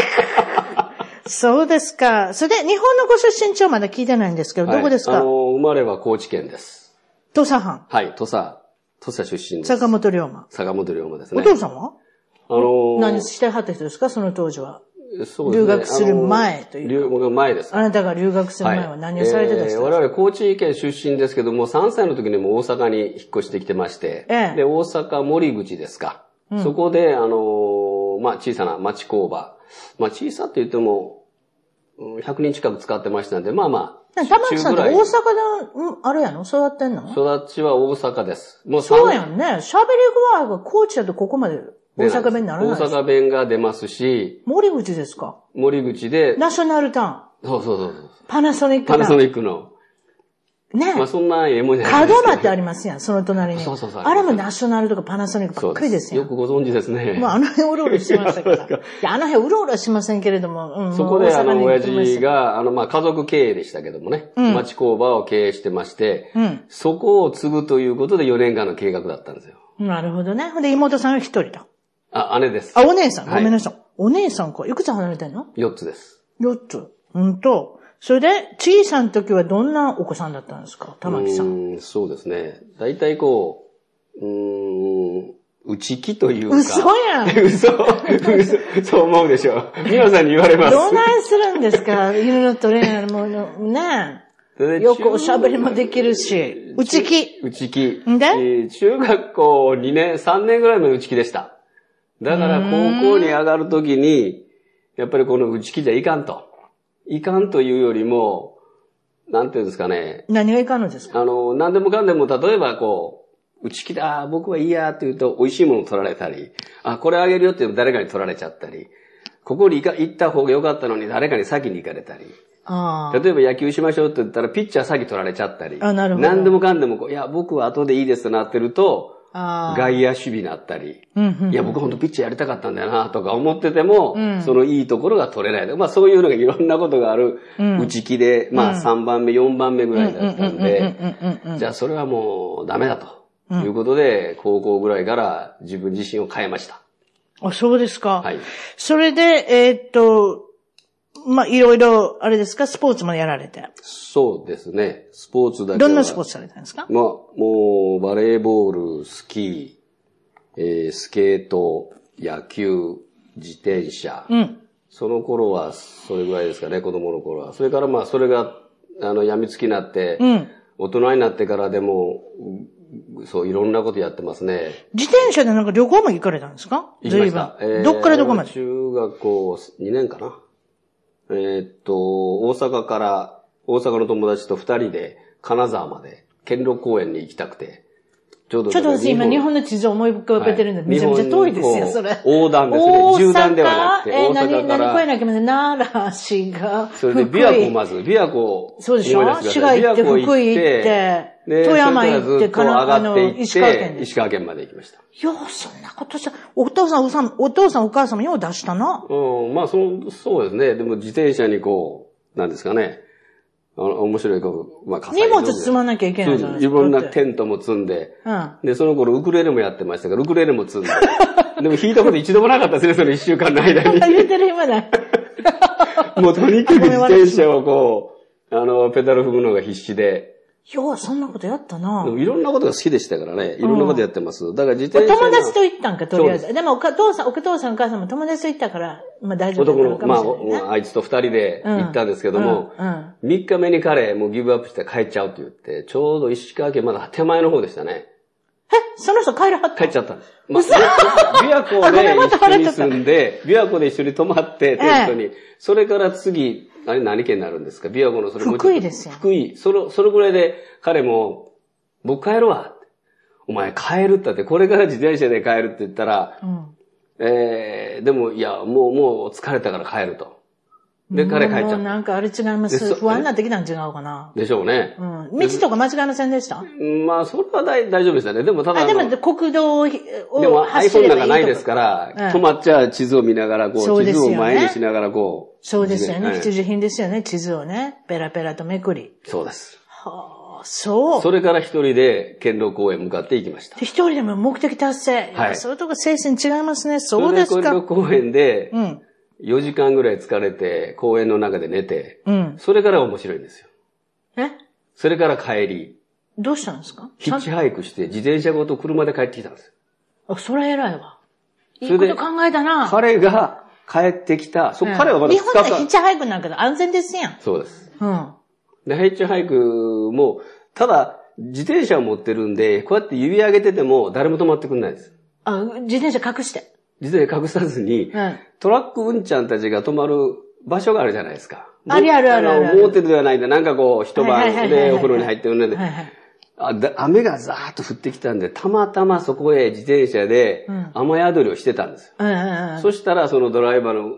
Speaker 1: そうですか。それで、日本のご出身地はまだ聞いてないんですけど、はい、どこですか？
Speaker 2: あの、生まれは高知県です。
Speaker 1: 土佐藩。
Speaker 2: はい、土佐、土佐出身です。
Speaker 1: 坂本龍馬。
Speaker 2: 坂本龍馬ですね。
Speaker 1: お父さんは
Speaker 2: あのー、
Speaker 1: 何してはった人ですか、その当時は。そうですね。留学する前というか。
Speaker 2: 留学前です。
Speaker 1: あなたが留学する前は何をされてた人ですか？
Speaker 2: はい、えー、我々高知県出身ですけども、さんさいの時にも大阪に引っ越してきてまして、ええ、で、大阪森口ですか。うん、そこで、あのー、まあ、小さな町工場。まあ、小さって言っても、ひゃくにん近く使ってましたんで、まあまあ、
Speaker 1: 玉木さんって大阪で、あれやの育ってんの？
Speaker 2: 育ちは大阪です。
Speaker 1: もうそうやんね。喋り具合が高知だとここまで大阪弁にならない
Speaker 2: です。大阪弁が出ますし。
Speaker 1: 森口ですか？
Speaker 2: 森口で。
Speaker 1: ナショナルタウン。
Speaker 2: そうそうそう。
Speaker 1: パナソニック
Speaker 2: タウン。パナソニックの。
Speaker 1: ねえ。
Speaker 2: まあそんなええもんじゃない
Speaker 1: ですか。門真ってありますやん、その隣に。
Speaker 2: そうそうそう。
Speaker 1: あれもナショナルとかパナソニックばっかりですよ。
Speaker 2: よくご存知ですね。
Speaker 1: まああの辺うろうろしてましたから。いや、あの辺うろうろしませんけれども。
Speaker 2: うん、そこであの親父が、あのまあ家族経営でしたけどもね。うん、町工場を経営してまして、うん、そこを継ぐということでよねんかんの計画だったんですよ。
Speaker 1: なるほどね。ほんで妹さんは一人だ。
Speaker 2: あ、姉です。
Speaker 1: あ、お姉さん。ごめんなさい。はい、お姉さんか。いくつ離れてんの？
Speaker 2: よっつです。
Speaker 1: よっつ。うんと。それで、小さな時はどんなお子さんだったんですか？玉木さん。
Speaker 2: うん、そうですね。だいたいこう、うーん、内気というか。
Speaker 1: 嘘やん。
Speaker 2: 嘘。嘘。そう思うでしょう。美穂さんに言われます。
Speaker 1: どないするんですか？犬のトレーナーもね。よくおしゃべりもできるし。内気。
Speaker 2: 内気。
Speaker 1: んで、え
Speaker 2: ー、中学校にねん、さんねんぐらいまで内気でした。だから高校に上がるときに、やっぱりこの内気じゃいかんと。いかんというよりも、なんていうんですかね。
Speaker 1: 何がいかんのですか？
Speaker 2: あの、何でもかんでも、例えばこう、内気だ、僕はいいやって言うと、美味しいものを取られたり、あ、これあげるよって言うと誰かに取られちゃったり、ここに行か行った方が良かったのに誰かに先に行かれたり。あ、例えば野球しましょうって言ったら、ピッチャー先取られちゃったり。
Speaker 1: あ、なるほど。
Speaker 2: 何でもかんでもこう、いや、僕は後でいいですとなってると、外野守備になったり、うんうんうん、いや、僕本当ピッチャーやりたかったんだよな、とか思ってても、うん、そのいいところが取れない。まあそういうのがいろんなことがある、内気で、うん、まあさんばんめ、よんばんめぐらいだったんで、じゃあそれはもうダメだと、うん、いうことで、高校ぐらいから自分自身を変えました。
Speaker 1: あ、そうですか。
Speaker 2: はい。
Speaker 1: それで、えー、っと、まあいろいろ、あれですか、スポーツもやられて。
Speaker 2: そうですね。スポーツだけは。
Speaker 1: どんなスポーツされたんですか？
Speaker 2: まあ、もう、バレーボール、スキー、えー、スケート、野球、自転車。うん。その頃は、それぐらいですかね、子供の頃は。それからまあ、それが、あの、病みつきになって、うん。大人になってからでも、 そう、いろんなことやってますね。
Speaker 1: 自転車でなんか旅行も行かれたんですか？
Speaker 2: 行きました。
Speaker 1: えー、どっからどこまで？
Speaker 2: 中学校にねんかな。えー、っと、大阪から、大阪の友達と二人で金沢まで、兼六公園に行きたくて。ちょうど。
Speaker 1: ちょっと私今日本の地図を思い浮かべてるんで、はい、めちゃめちゃ遠いですよ、それ。
Speaker 2: 横断ですね。縦断ではなくて、
Speaker 1: 大阪、えー、何、何公園だっけまで、奈良市が。
Speaker 2: それで、琵琶湖まず、琵琶湖。
Speaker 1: そうでしょ？滋賀行って、福井行って、富山行って、
Speaker 2: 神奈川の石川県石川県まで行きました。
Speaker 1: よう、そんなことした。お父さん、おさん、お父さん、お母さんもよう出したな。
Speaker 2: うん、まあ、そう、そうですね。でも自転車にこう、なんですかね。あの、面白いこう、まあ、
Speaker 1: 荷物積まなきゃいけないじゃないですか。
Speaker 2: いろんなテントも積んで。うん。で、その頃ウクレレもやってましたから、ウクレレも積んで。でも弾いたこと一度もなかったですね、その一週間の間に。
Speaker 1: 言ってる今だ。
Speaker 2: もうとにかく自転車をこう、あの、ペダル踏むのが必死で。
Speaker 1: よう、そんなことやったな。
Speaker 2: でもいろんなことが好きでしたからね。いろんなことやってます。だから自転車。
Speaker 1: 友達と行ったんか、とりあえず。でも、お父さん、お父さん、お母さんも友達と行ったから、まあ大丈夫だったのかもしれない、ね。
Speaker 2: 男の、まあ、あいつと二人で行ったんですけども、うんうんうん、みっかめに彼、もうギブアップして帰っちゃうって言って、ちょうど石川県まだ手前の方でしたね。
Speaker 1: え、その人帰らはった？
Speaker 2: 帰っちゃったんです。まあ、琵琶湖で一緒に住んで、琵琶湖で一緒に泊まって、テントに。ええ、それから次、あれ何県になるんですか？琵琶湖のそれも
Speaker 1: 福井ですよ。
Speaker 2: 福井。その、そのぐらいで彼も、僕帰るわ。お前帰るったって、これから自転車で帰るって言ったら、うん、えー、でもいや、もう、もう疲れたから帰ると。で、彼帰っちゃった。
Speaker 1: もうなんかあれ違います。不安になってきたん違うかな。
Speaker 2: でしょうね。
Speaker 1: うん。道とか間違いませんでした？
Speaker 2: まあ、それは大大丈夫でしたね。でもただ。
Speaker 1: あ、でも国道を走ればいいとか。
Speaker 2: でも iPhone なんかないですから、うん、止まっちゃ地図を見ながら、こう、う地図を前にしながらこう。
Speaker 1: そうですよね。必需品ですよね。地図をね。ペラペラとめくり。
Speaker 2: そうです。
Speaker 1: はあ、そう。
Speaker 2: それから一人で兼六公園向かって行きました。
Speaker 1: 一人でも目的達成。はい。そういうとこ精神違いますね。そうですか。
Speaker 2: 兼六公園で、うん。よじかんぐらい疲れて、公園の中で寝て、うん。それから面白いんですよ。
Speaker 1: え？
Speaker 2: それから帰り。
Speaker 1: どうしたんですか？
Speaker 2: ヒッチハイクして、自転車ごと車で帰ってきたんですよ。
Speaker 1: あ、それ偉いわ。いいこと考えたな。
Speaker 2: 彼が帰ってきた、そ、うん、彼はまだ
Speaker 1: 日本でヒッチハイクなんか安全ですやん。
Speaker 2: そうです。
Speaker 1: うん。
Speaker 2: で、ヒッチハイクも、ただ、自転車を持ってるんで、こうやって指上げてても誰も止まってくんないです。
Speaker 1: あ、自転車隠して。
Speaker 2: 自転車隠さずに、うん、トラックうんちゃんたちが止まる場所があるじゃないですか。
Speaker 1: ありあるあるある。
Speaker 2: あの、モーテルではないんで、なんかこう、一晩でお風呂に入ってるので、あ、雨がザーッと降ってきたんで、たまたまそこへ自転車で雨宿りをしてたんです。うんうんうん、そしたら、そのドライバーの、うん、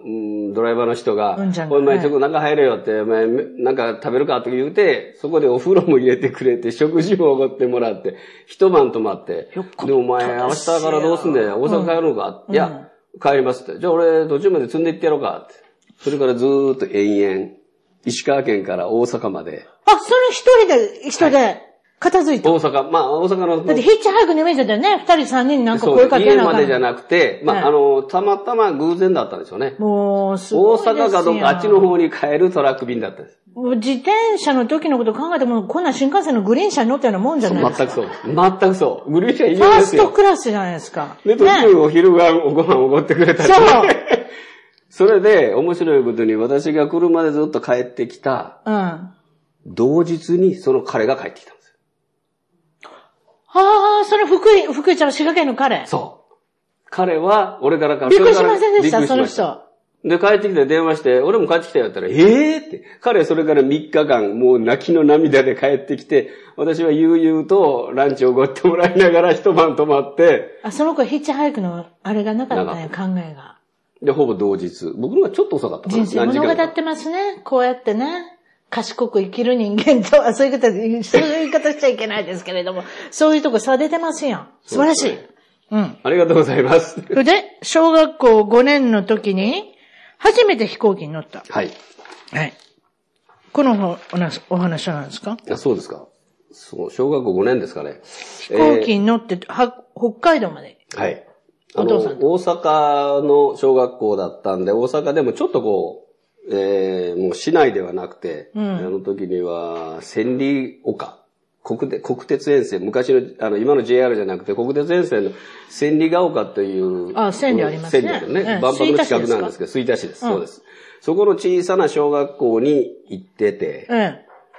Speaker 2: ドライバーの人が、うん、お前ちょっと中入れよって、お前なんか食べるかって言うて、そこでお風呂も入れてくれて、食事もおごってもらって、一晩泊まって、で、お前明日からどうすんだよ、大阪帰るのか、うん、いや、帰りますって。じゃあ俺途中まで積んで行ってやろうかって。それからずーっと延々、石川県から大阪まで。
Speaker 1: あ、それ一人で、人で、片付いた、
Speaker 2: はい、大阪、まあ大阪の。
Speaker 1: だってヒッチハイクのイメージだよね。二人三人なんか声かけな
Speaker 2: かった。家までじゃなくて、まあ、はい、あの、たまたま偶然だったんですよね。
Speaker 1: もう、すごいですよ。
Speaker 2: 大阪かどっかあっちの方に帰るトラック便だったんです。
Speaker 1: もう自転車の時のこと考えても、こんな新幹線のグリーン車に乗ったようなもんじゃないですか。
Speaker 2: 全くそう。全くそう。グリーン車いいですよ。
Speaker 1: ファーストクラスじゃないですか。
Speaker 2: で、途中お昼がご飯おごってくれたり、ね。そう。それで、面白いことに私が車でずっと帰ってきた、うん。同日にその彼が帰ってきたんですよ。
Speaker 1: ああ、その福井、福井ちゃんの滋賀県の彼。
Speaker 2: そう。彼は、俺から帰
Speaker 1: ってきた。びっくりしませんでした、その人。
Speaker 2: で、帰ってきて電話して、俺も帰ってきたよって言ったら、ええー、って。彼それからみっかかん、もう泣きの涙で帰ってきて、私は悠々とランチをおごってもらいながら一晩泊まって。
Speaker 1: あ、その子ヒッチハイクのあれがなかったね、考えが。
Speaker 2: で、ほぼ同日。僕のがちょっと遅かったかな。
Speaker 1: 人生物語ってますね。こうやってね。賢く生きる人間とは、そういう方、そういう言い方しちゃいけないですけれども、そういうとこ差出てますやん。素晴らしい。うん。
Speaker 2: ありがとうございます。
Speaker 1: それで、小学校ごねんの時に、初めて飛行機に乗った。
Speaker 2: はい。
Speaker 1: はい。このお話は何ですか？
Speaker 2: あ、そうですか。そう、小学校ごねんですかね。
Speaker 1: 飛行機に乗って、えー、は北海道まで。
Speaker 2: はい。お父さん。大阪の小学校だったんで、大阪でもちょっとこう、えー、もう市内ではなくて、うん、あの時には、千里丘。国鉄、国鉄沿線、昔の、あの、今の ジェイアール じゃなくて、国鉄沿線の千里ヶ丘という。
Speaker 1: あ、千里ありますね。
Speaker 2: 千里ね。万博の近くなんですけど、吹田市です。うん、そうです。そこの小さな小学校に行ってて、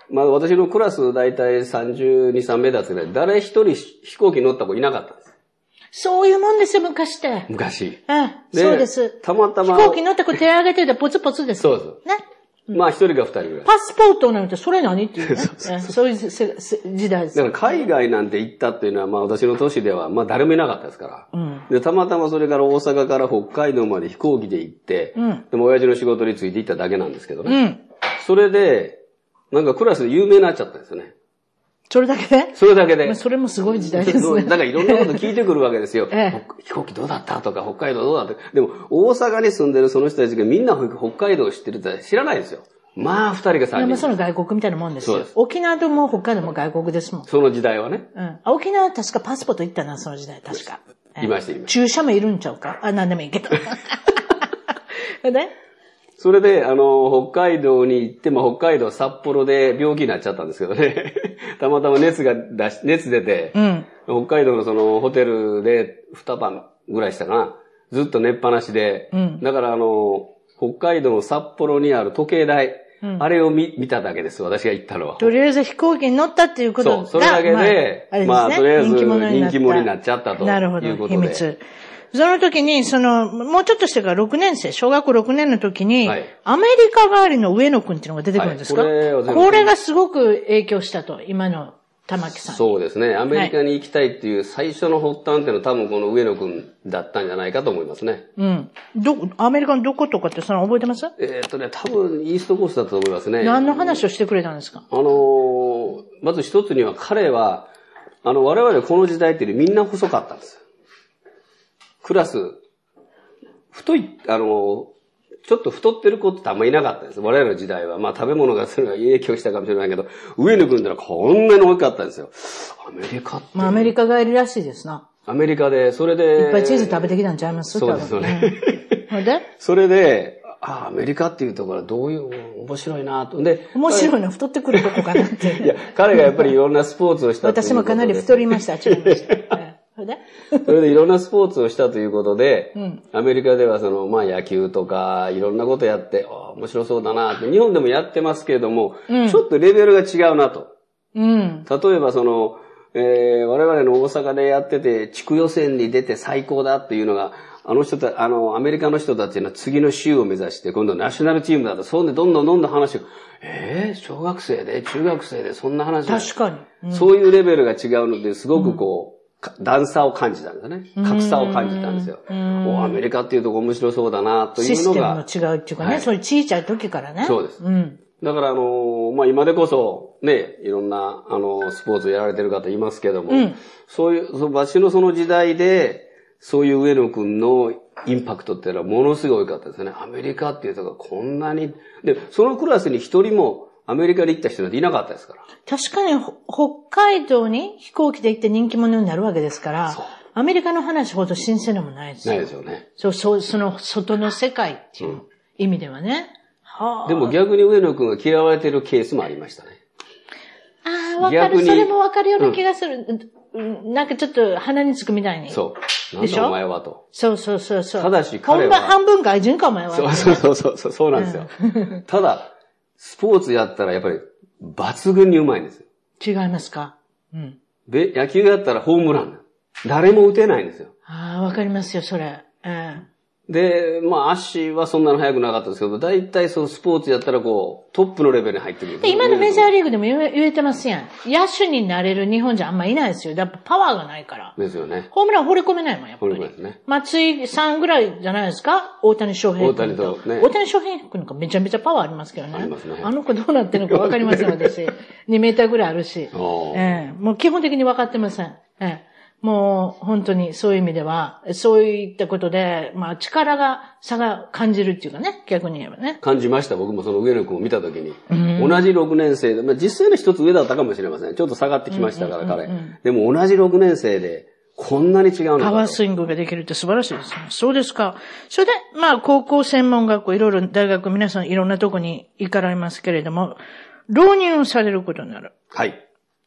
Speaker 2: まあ私のクラス大体さんじゅうに、さんメーターですね。誰一人飛行機乗った子いなかったんです。
Speaker 1: そういうもんですよ、昔って。
Speaker 2: 昔。
Speaker 1: うん、そうです。
Speaker 2: たまたま。
Speaker 1: 飛行機乗った子手挙げててポツポツです。
Speaker 2: そうです。
Speaker 1: ね。
Speaker 2: まあ一人か二人ぐらい。
Speaker 1: パスポートなんてそれ何っていうね。そうそうそうそういう時代です。
Speaker 2: だから海外なんて行ったっていうのは、まあ私の年では、まあ誰もいなかったですから。うん、で、たまたまそれから大阪から北海道まで飛行機で行って、うん、でも親父の仕事について行っただけなんですけどね。うん、それで、なんかクラスで有名になっちゃったんですよね。
Speaker 1: それだけで
Speaker 2: それだけで。
Speaker 1: それもすごい時代ですね。
Speaker 2: だからいろんなこと聞いてくるわけですよ。ええ、飛行機どうだったとか、北海道どうだった。でも、大阪に住んでるその人たちがみんな北海道を知ってるって知らないですよ。まあ、二人が三人。
Speaker 1: でもその外国みたいなもんですよ。そうです。沖縄とも北海道も外国ですもん。
Speaker 2: その時代はね。
Speaker 1: うん。沖縄は確かパスポート行ったな、その時代、確か。
Speaker 2: いました、いました。
Speaker 1: 注射もいるんちゃうか。あ、なんでもいいけど。で
Speaker 2: それで、あの、北海道に行って、まあ、北海道、札幌で病気になっちゃったんですけどね。たまたま熱が出し、熱出て、うん、北海道のそのホテルで二晩ぐらいしたかな。ずっと寝っぱなしで、うん、だからあの、北海道の札幌にある時計台、うん、あれを見、見ただけです、私が行ったのは。
Speaker 1: とりあえず飛行機に乗ったっていうことが、
Speaker 2: そう、それだけで、まあ、まあ、とりあえず人気者になっちゃったということで。
Speaker 1: なるほど、秘密。その時に、その、もうちょっとしてからろくねん生、小学校ろくねんの時に、はい、アメリカ帰りの上野くんっていうのが出てくるんですか、はい、これ、これがすごく影響したと、今の玉木さん。
Speaker 2: そうですね。アメリカに行きたいっていう最初の発端っていうのは多分この上野くんだったんじゃないかと思いますね。
Speaker 1: うん。ど、アメリカのどことかってその覚えてます？
Speaker 2: えー、っとね、多分イーストコーストだと思いますね。
Speaker 1: 何の話をしてくれたんですか？
Speaker 2: あのー、まず一つには彼は、あの、我々この時代っていうよりみんな細かったんです。クラス、太い、あの、ちょっと太ってる子ってあんまいなかったです。我々の時代は。まあ食べ物がそれが影響したかもしれないけど、上野くんってのはこんなに大きかったんですよ。アメリカって。
Speaker 1: まあアメリカ帰りらしいですな。
Speaker 2: アメリカで、それで。
Speaker 1: いっぱいチーズ食べてきたんちゃいます？
Speaker 2: そうですよね。
Speaker 1: うん、で
Speaker 2: それで、ああ、アメリカっていうところはどういう、面白いなと。で、
Speaker 1: 面白いの太ってくるとこかなって。
Speaker 2: いや、彼がやっぱりいろんなスポーツをしたということで。
Speaker 1: 私もかなり太りました、違いました。
Speaker 2: それでいろんなスポーツをしたということで、うん、アメリカではその、まあ野球とか、いろんなことやって、ああ、面白そうだなって、日本でもやってますけれども、うん、ちょっとレベルが違うなと。うん、例えばその、えー、我々の大阪でやってて、地区予選に出て最高だっていうのが、あの人た、あの、アメリカの人たちの次の州を目指して、今度ナショナルチームだと、そうでどんどんどんどん話を、えー、小学生で、中学生で、そんな話。
Speaker 1: 確かに、
Speaker 2: うん。そういうレベルが違うので、すごくこう、うん段差を感じたんですよね。格差を感じたんですよ。おアメリカっていうとこ面白そうだなというのが。シ
Speaker 1: ステムの違うっていうかね、はい、そういう小さい時からね。
Speaker 2: そうです。うん、だからあの、まあ、今でこそね、いろんなあの、スポーツをやられてる方いますけども、うん、そういう、そ私のその時代で、そういう上野くんのインパクトっていうのはものすごい多かったですね。アメリカっていうとここんなに、で、そのクラスに一人もアメリカに行った人なんていなかったですから。
Speaker 1: 確かに、北海道に飛行機で行って人気者になるわけですから、アメリカの話ほど新鮮でもないですよ。
Speaker 2: ないですよね。
Speaker 1: そう、そう、その外の世界っていう意味ではね。
Speaker 2: うん、はあ、でも逆に上野くんが嫌われてるケースもありましたね。
Speaker 1: ああ、わかる。それもわかるような気がする。うん、なんかちょっと鼻につくみたいに。
Speaker 2: そう。なんだお前はと。
Speaker 1: そうそうそうそう。
Speaker 2: ただし彼は。
Speaker 1: ほんま半分外人かお前は。
Speaker 2: そうそうそうそう、そうなんですよ。うん、ただ、スポーツやったらやっぱり抜群にうまいんですよ。
Speaker 1: 違いますか？うん。
Speaker 2: で、野球やったらホームラン。誰も打てないんですよ。
Speaker 1: ああ、わかりますよ、それ。うん。
Speaker 2: で、まあ足はそんなの速くなかったですけど、大体そのスポーツやったらこう、トップのレベルに入ってくる。
Speaker 1: で、今のメジャーリーグでも言え、言えてますやん。野手になれる日本じゃあんまいないですよ。やっぱパワーがないから。
Speaker 2: ですよね。
Speaker 1: ホームラン掘り込めないもん、やっぱり。
Speaker 2: 掘り込めないですね。
Speaker 1: 松井さんぐらいじゃないですか？大谷翔平君と。大谷とね。大谷翔平君なんかめちゃめちゃパワーありますけどね。
Speaker 2: ありますね。
Speaker 1: あの子どうなってるのかわかりません、私。にメーターぐらいあるし。ええ、もう基本的に分かってません。ええ。もう本当にそういう意味では、そういったことで、まあ力が、差が感じるっていうかね、逆に言えばね。
Speaker 2: 感じました。僕もその上野くんを見たときに。うん、同じろくねん生で、まあ実際の一つ上だったかもしれません。ちょっと下がってきましたから、彼。でも同じろくねん生で、こんなに違うのか。
Speaker 1: パワースイングができるって素晴らしいですね。そうですか。それで、まあ高校専門学校、いろいろ大学、皆さんいろんなとこに行かれますけれども、浪人されることになる。
Speaker 2: はい。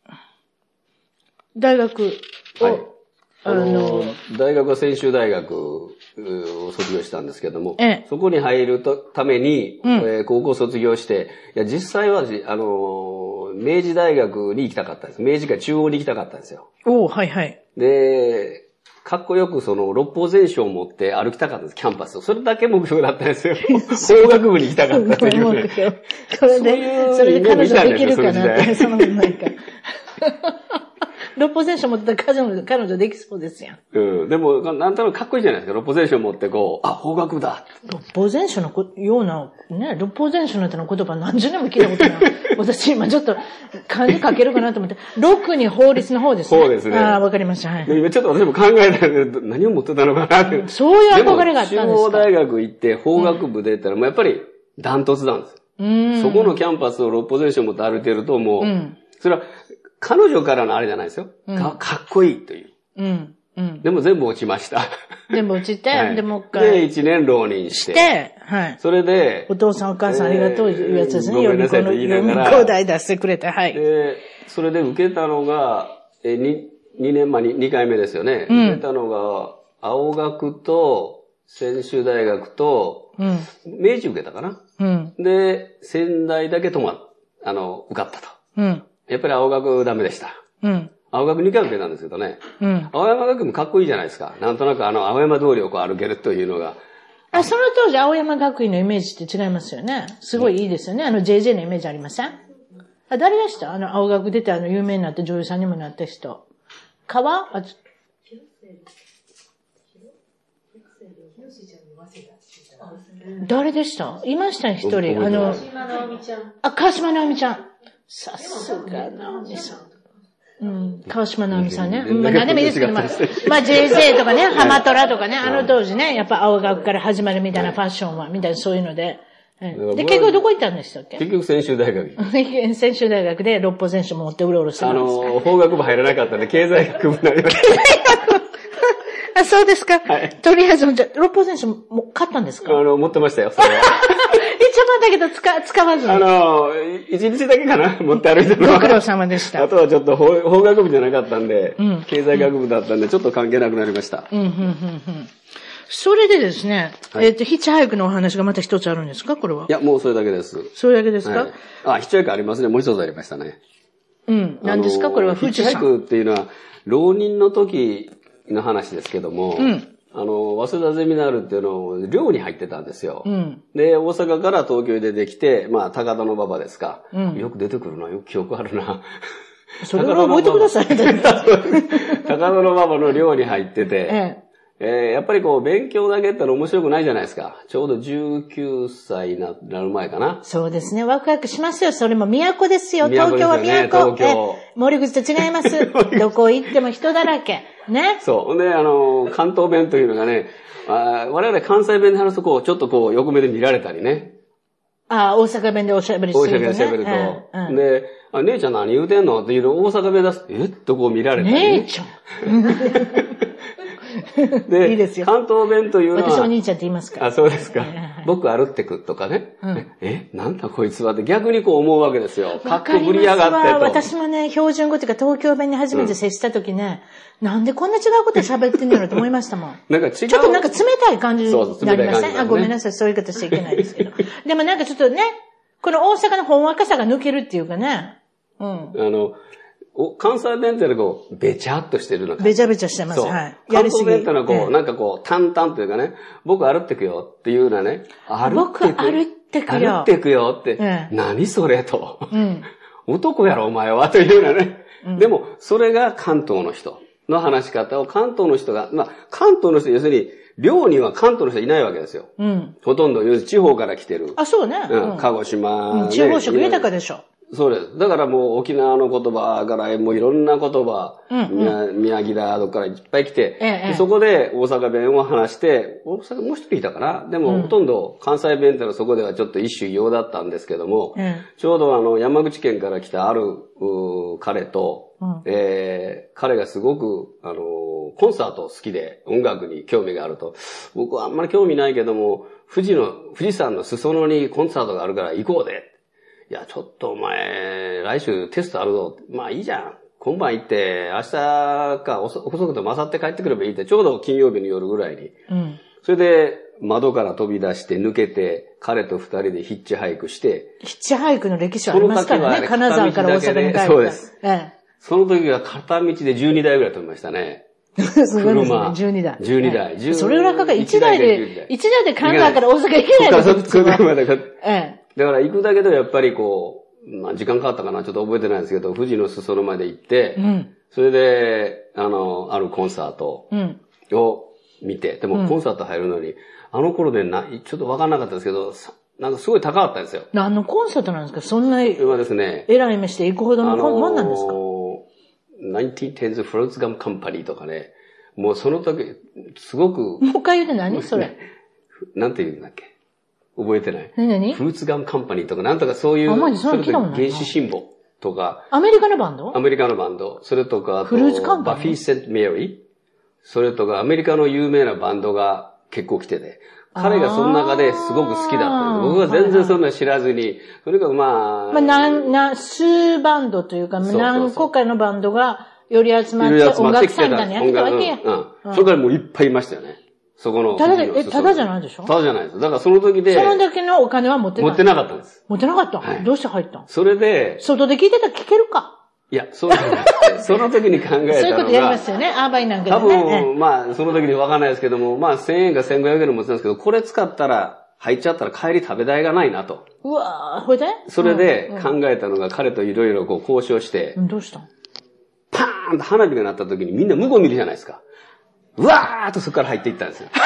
Speaker 1: 大学を、はい、
Speaker 2: あの、大学は専修大学を卒業したんですけども、ええ、そこに入るとために、うん、えー、高校卒業して、いや、実際は、あの、 の、明治大学に行きたかったんです。明治会中央に行きたかったんですよ。
Speaker 1: おー、はいはい。
Speaker 2: で、かっこよくその六法全書を持って歩きたかったんです、キャンパスを。それだけ目標だったんですよ。法学部に行きたかったというね。
Speaker 1: それで、それで彼女できるかなって、そのなんか。六法全書持ってたら彼女、彼女できそうですやん。
Speaker 2: うん。でも、なんとなくかっこいいじゃないですか。六法全書持ってこう、あ、法学部だ。
Speaker 1: 六法全書のような、ね、六法全書の言葉何十年も聞いたことない。私今ちょっと漢字書けるかなと思って。六に法律の方ですね。
Speaker 2: そうですね。
Speaker 1: ああ、わかりました。はい。
Speaker 2: 今ちょっと私も考えたけど、何を持ってたのかなって。
Speaker 1: そういう憧れがあったんですか。
Speaker 2: 中央大学行って法学部出たら、もうやっぱりダントツなんです。うん。そこのキャンパスを六法全書持って歩いてるともう、うん、それは、彼女からのあれじゃないですよ。うん、か, かっこいいという。うん。うん。でも全部落ちました。
Speaker 1: 全部落ちて、はい、でもう一回。
Speaker 2: で、一年浪人して。
Speaker 1: して、はい。
Speaker 2: それで、
Speaker 1: お父さんお母さんありがとういうやつですね。
Speaker 2: ごめんなさいと言いながら。
Speaker 1: 読み放題出してくれて、はい。
Speaker 2: で、それで受けたのが、え、に、二年前に、二回目ですよね。うん、受けたのが、青学と、専修大学と、うん、明治受けたかな。うん。で、仙台だけ止まっ、あの、受かったと。うん。やっぱり青学ダメでした。うん。青学にかい受けたんですけどね。うん。青山学院もかっこいいじゃないですか。なんとなくあの、青山通りをこう歩けるというのが。
Speaker 1: あ、その当時青山学院のイメージって違いますよね。すごいいいですよね。あの ジェイジェー のイメージありません？あ、誰でした？あの、青学出てあの、有名になって女優さんにもなった人。川？あ、誰でした？いましたね、一人。あの、川島直美ちゃん。あ、川島直美ちゃん。さすが直美さん。うん。川島直美さんね。まあ何でもいいですけど、まあ、まあ ジェイジェー とかね、ハマトラとかね、あの当時ね、やっぱ青学から始まるみたいなファッションは、みたいなそういうので。で、結局どこ行ったんでしたっけ？
Speaker 2: 結局専修大学。
Speaker 1: 専修大学で六法全書持ってうろうろしてたんですか？
Speaker 2: あの、法学部入らなかったんで、経済学部になりました。
Speaker 1: 経済学部あ、そうですか。はい。とりあえず、じゃ六法全書も買ったんですか？
Speaker 2: あの、持ってましたよ、それは。
Speaker 1: 一番だけど使、使わずに。
Speaker 2: あの、一日だけかな持って歩いてるのは。
Speaker 1: ご苦労様でした。
Speaker 2: あとはちょっと法、法学部じゃなかったんで、うん、経済学部だったんで、ちょっと関係なくなりました。うん、うん、うん、うん。
Speaker 1: それでですね、はい、えっと、ヒッチハイクのお話がまた一つあるんですかこれは。
Speaker 2: いや、もうそれだけです。
Speaker 1: それだけですか、はい、
Speaker 2: あ、ヒッチハイクありますね。もう一つありましたね。
Speaker 1: うん。何ですかこれは富士山。
Speaker 2: ヒッチハイクっていうのは、浪人の時の話ですけども、うん。あの、早稲田ゼミナールっていうのを寮に入ってたんですよ。うん、で、大阪から東京に出てきて、まあ、高田馬場ですか。うん、よく出てくるな、よく記憶あるな。
Speaker 1: それは覚えてください。
Speaker 2: 高田馬場の寮に入ってて、えええー、やっぱりこう、勉強だけっての面白くないじゃないですか。ちょうどじゅうきゅうさいになる前かな。
Speaker 1: そうですね。ワクワクしますよ。それも都ですよ。東京は都。東京。え、森口と違います。どこ行っても人だらけ。ね。
Speaker 2: そう。で、あの、関東弁というのがね、あ我々関西弁で話すとこう、ちょっとこう、横目で見られたりね。
Speaker 1: ああ、大阪弁でおしゃべりすると、ね。
Speaker 2: 大阪弁でしゃべると。うんうん、で、あ、姉ちゃん何言うてんのっていうのを大阪弁出すと、えっとこう見られたり、ね。
Speaker 1: 姉ちゃん。
Speaker 2: で、
Speaker 1: いいですよ。
Speaker 2: 関東弁というのは。
Speaker 1: 私お兄ちゃんって言いますから。
Speaker 2: あ、そうですか。僕歩ってくとかね。うん、え、なんだこいつはって逆にこう思うわけですよ。かっこぶりやがってと。
Speaker 1: 私もね、標準語っていうか東京弁に初めて接した時ね、うん、なんでこんな違うこと喋ってんのと思いましたもん。
Speaker 2: なんか違う。
Speaker 1: ちょっとなんか冷たい感じになりません、ね、あ、ごめんなさい。そういう言い方しちゃいけないですけど。でもなんかちょっとね、この大阪のほんわかさが抜けるっていうかね。うん。
Speaker 2: あの、お関西弁ってのはこう、べちゃっとしてるのか。
Speaker 1: べちゃべちゃしてます。はい。
Speaker 2: 関東弁ってのはこう、ええ、なんかこう、淡々というかね、僕歩ってくよっていうのはね、
Speaker 1: 歩ってく。僕歩ってくよ。
Speaker 2: 歩ってくよって、ええ、何それと。うん、男やろお前はというようなね。うん、でも、それが関東の人の話し方を関東の人が、まあ、関東の人、要するに、寮には関東の人いないわけですよ。うん。ほとんど、要するに地方から来てる。
Speaker 1: あ、そうね。
Speaker 2: うん。鹿児島、ね。
Speaker 1: うん。地方色豊かでしょ。
Speaker 2: そうです。だからもう沖縄の言葉からもういろんな言葉、うんうん、宮城だとかからいっぱい来て、ええ、そこで大阪弁を話して、大阪もう一人いたかな。でも、うん、ほとんど関西弁ってのはそこではちょっと一種異様だったんですけども、うん、ちょうどあの山口県から来たある彼と、うん、えー、彼がすごくあのコンサート好きで音楽に興味があると、僕はあんまり興味ないけども、富士の、富士山の裾野にコンサートがあるから行こうで。いや、ちょっとお前、来週テストあるぞ。まあいいじゃん。今晩行って、明日か遅くと勝って帰ってくればいいって、ちょうど金曜日の夜ぐらいに。うん、それで、 窓から飛び出して抜けて、彼と二人でヒッチハイクして、
Speaker 1: ヒッチハイクの歴史はありますからね。金沢から大阪に帰った。
Speaker 2: そうです。
Speaker 1: ええ、
Speaker 2: その時は片道でじゅうにだいぐらい飛びましたね。
Speaker 1: すごいですね。じゅうにだい。
Speaker 2: じゅうにだい。
Speaker 1: ええ、それぐらいかかる。いちだいで、いちだいで金沢から大阪行けないです。
Speaker 2: だから行くだけでやっぱりこう、まあ時間かかったかな、ちょっと覚えてないんですけど、富士の裾野まで行って、うん、それで、あの、あるコンサートを見て、でもコンサート入るのに、あの頃でな、ちょっとわかんなかったですけど、なんかすごい高かったんですよ。
Speaker 1: 何のコンサートなんですか？そんな、今ですね、えらい目して行くほどのもんなんですか？
Speaker 2: ナインティーンテンズ フルーツガムカンパニーとかね、もうその時、すごく。
Speaker 1: もう一回言うて何それ。
Speaker 2: なんて言うんだっけ？覚えてない。
Speaker 1: 何何？
Speaker 2: フルーツガムカンパニーとか、なんとかそういう、
Speaker 1: あ、マジそれ聞いたもん
Speaker 2: ないな。原始神保とか。
Speaker 1: アメリカのバンド？
Speaker 2: アメリカのバンド。それとか、あと、
Speaker 1: フルーツカンパニー？
Speaker 2: バフィー・セント・メリー。それとか、アメリカの有名なバンドが結構来てて。彼がその中ですごく好きだったんです。僕は全然そんな知らずに、はいはい、とにかくまあ。
Speaker 1: まあ、な、な、数バンドというか、そうそうそう、何個かのバンドがより集まって音楽祭みたいなやってたわけや。
Speaker 2: うん。うん。それからもういっぱいいましたよね。そこの。
Speaker 1: ただで、え、ただじゃないでしょ？
Speaker 2: ただじゃないです。だからその時で。
Speaker 1: そのだけのお金は持ってな
Speaker 2: 持ってなかったんです。
Speaker 1: 持ってなかった、はい、どうして入ったん？
Speaker 2: それで。
Speaker 1: 外で聞いてたら聞けるか？
Speaker 2: いや、そうじゃなくて、その時に考えたのが。そういうこと
Speaker 1: やりますよね、アーバイなんかで
Speaker 2: ね。多分、まあ、その時にわかんないですけども、まあ、せんえんかせんごひゃくえん持ってたんですけど、これ使ったら、入っちゃったら帰り食べ代がないなと。
Speaker 1: うわぁ、ほいで？
Speaker 2: それで考えたのが、彼といろいろこう交渉して。
Speaker 1: うん、どうしたん？
Speaker 2: パーンと花火が鳴った時にみんな向こう見るじゃないですか。うわーっとそこから入っていったんですよ。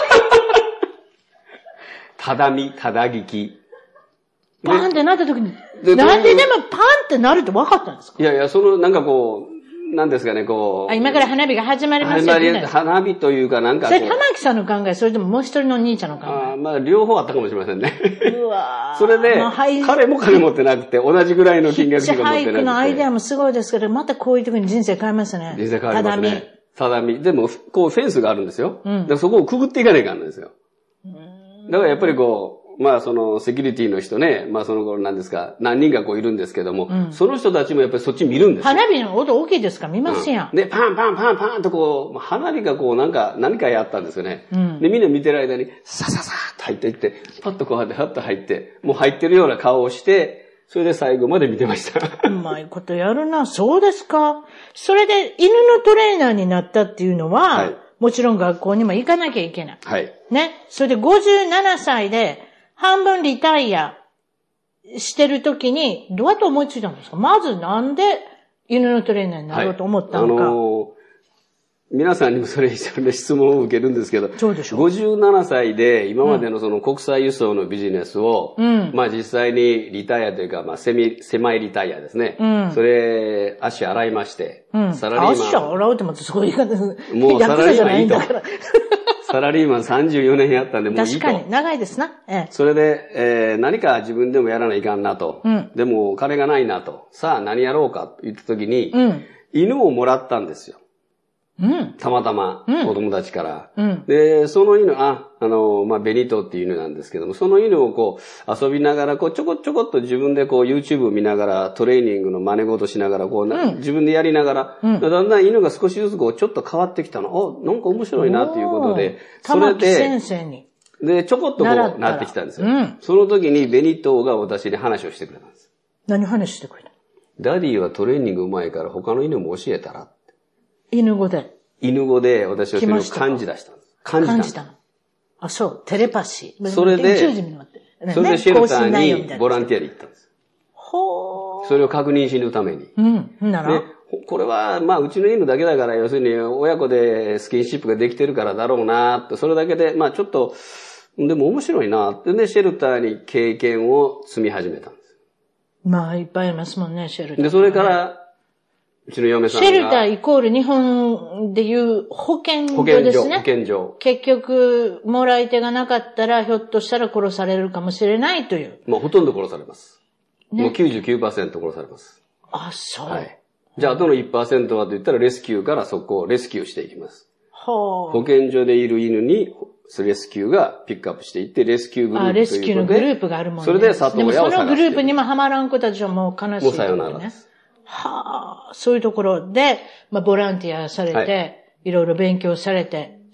Speaker 2: ただみ、ただ聞き。
Speaker 1: パーンってなった時に、なんででもパーンってなるって分かったんですか？
Speaker 2: いやいや、その、なんかこう、なんですかね、こう。
Speaker 1: あ、今から花火が始まりますよね。
Speaker 2: 花火というかなんかこう。
Speaker 1: それ、玉木さんの考え、それとももう一人の兄ちゃんの考え。
Speaker 2: あまあ、両方あったかもしれませんね。
Speaker 1: うわ
Speaker 2: それで、彼も金持ってなくて、同じぐらいの金額しか持ってなくて。
Speaker 1: ヒッチハイクのアイデアもすごいですけど、またこういう時に人生変えますね。
Speaker 2: 人生変えますね。ただみ。ただみ。でも、こう、フェンスがあるんですよ。うん。でそこをくぐっていかないかんなんですよ。だからやっぱりこう、まあそのセキュリティの人ね、まあその頃なんですか、何人かこういるんですけども、うん、その人たちもやっぱりそっち見るんですよ。
Speaker 1: 花火の音大きいですか？見ますやん。
Speaker 2: うん、で、パンパンパンパンとこう、花火がこうなんか、何かやったんですよね。うん、で、みんな見てる間に、さささーっと入っていって、パッとこうやって、パッと入って、もう入ってるような顔をして、それで最後まで見てました。
Speaker 1: うまいことやるな。そうですか。それで犬のトレーナーになったっていうのは、はい、もちろん学校にも行かなきゃいけない。
Speaker 2: はい。
Speaker 1: ね。それでごじゅうななさいで、半分リタイアしてる時に、どうやって思いついたんですか？まずなんで犬のトレーナーになろうと思ったのか。はい、あのー、
Speaker 2: 皆さんにもそれ以上の質問を受けるんですけど、
Speaker 1: そうでしょう。
Speaker 2: ごじゅうななさいで今までのその国際輸送のビジネスを、うん、まあ実際にリタイアというか、まあセミ、セマイリタイアですね。うん、それ、足洗いまして、
Speaker 1: うん、サラリーマン。足洗うってまたすごい言い方です。
Speaker 2: もうサラリーマンいいと。サラリーマンさんじゅうよねんやったんでもういいと。
Speaker 1: 確かに、長いですな。ええ、
Speaker 2: それで、えー、何か自分でもやらないかんなと。うん、でも、金がないなと。さあ、何やろうかと言った時に、うん、犬をもらったんですよ。うん、たまたま、お友達から。うん、で、その犬、あ、あの、まあ、ベニトっていう犬なんですけども、その犬をこう、遊びながら、こう、ちょこちょこっと自分でこう、YouTube を見ながら、トレーニングの真似事しながら、こう、うん、自分でやりながら、うん、だんだん犬が少しずつこう、ちょっと変わってきたの。お、なんか面白いなっていうことで、
Speaker 1: それで、先生に。
Speaker 2: で、ちょこっとこう、なってきたんですよ。うん、その時にベニトが私に話をしてくれたんです。
Speaker 1: 何話してくれた？
Speaker 2: ダディはトレーニング上手いから他の犬も教えたら。
Speaker 1: 犬語で。
Speaker 2: 犬語で私はそれを感じ出したんです。
Speaker 1: 感じた。感じたの。あ、そう。テレパシー。
Speaker 2: それで、それでシェルターにボランティアで行ったんです。
Speaker 1: ほー。
Speaker 2: それを確認しぬために。
Speaker 1: うん。なら。
Speaker 2: これは、まあ、うちの犬だけだから、要するに親子でスキンシップができてるからだろうなって、それだけで、まあ、ちょっと、でも面白いなって。で、シェルターに経験を積み始めたんです。
Speaker 1: まあ、いっぱいありますもんね、シェルター、ね。
Speaker 2: で、それから、うちの嫁さんが。
Speaker 1: シェルターイコール日本でいう保健所ですね。
Speaker 2: 保健所。
Speaker 1: 結局、もらい手がなかったら、ひょっとしたら殺されるかもしれないという。
Speaker 2: まあ、ほとんど殺されます。ね、もう きゅうじゅうきゅうパーセント 殺されます。
Speaker 1: あ、そう。
Speaker 2: はい。じゃあ、あとの いちパーセント はと言ったら、レスキューからそこをレスキューしていきます。
Speaker 1: はあ。
Speaker 2: 保健所でいる犬に、レスキューがピックアップしていって、レスキューグループということで。あ、
Speaker 1: レスキューのグループがあるもんね。
Speaker 2: それで里親を探して。
Speaker 1: でもそのグループにもハマらん子たちはもう悲しい、ね。
Speaker 2: もうさよならです。
Speaker 1: はあ、そういうところで、まあ、ボランティアされて、はい、いろいろ勉強されて、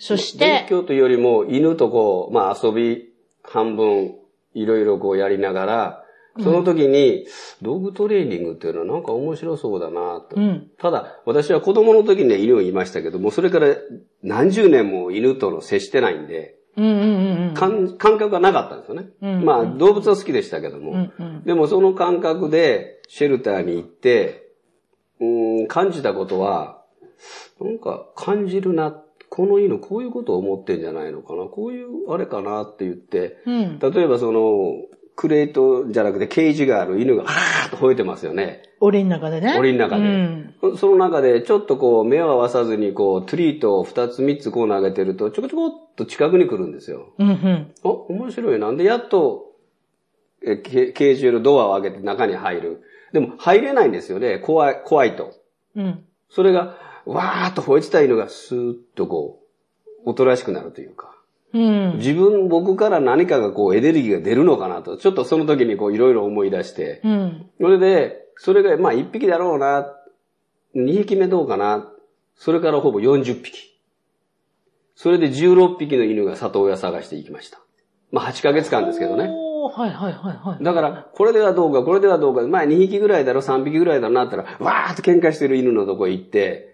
Speaker 1: そして、
Speaker 2: 勉強というよりも犬とこう、まあ遊び半分いろいろこうやりながら、その時に、ドッグトレーニングっていうのはなんか面白そうだなと、うん。ただ、私は子供の時には犬を言いましたけども、それから何十年も犬との接してないんで、うんうんうんうん、感, 感覚がなかったんですよね。うんうん、まあ、動物は好きでしたけども、うんうん。でもその感覚でシェルターに行って、うーん、感じたことは、なんか感じるな。この犬こういうことを思ってんじゃないのかな。こういうあれかなって言って、うん、例えばその、クレートじゃなくてケージがある犬が、はーっと吠えてますよね。
Speaker 1: 檻の中でね。
Speaker 2: 檻の中で、うん。その中で、ちょっとこう、目を合わさずに、こう、トリートを二つ三つこう投げてると、ちょこちょこっと近くに来るんですよ。うんうん。あ、面白いな。で、やっと、え、ケージのドアを開けて中に入る。でも、入れないんですよね。怖い、怖いと。うん。それが、わーっと吠えてた犬が、スーッとこう、おとなしくなるというか。うん、自分、僕から何かがこうエネルギーが出るのかなと、ちょっとその時にこういろいろ思い出して、うん、それで、それがまあ一匹だろうな、二匹目どうかな、それからほぼよんじゅっぴき。それでじゅうろっぴきの犬が里親探していきました。まあはちかげつかんですけどね。
Speaker 1: はいはいはいはい。
Speaker 2: だから、これではどうか、これではどうか、まあにひきぐらいだろ、さんびきぐらいだろなったら、わーっと喧嘩してる犬のとこ行って、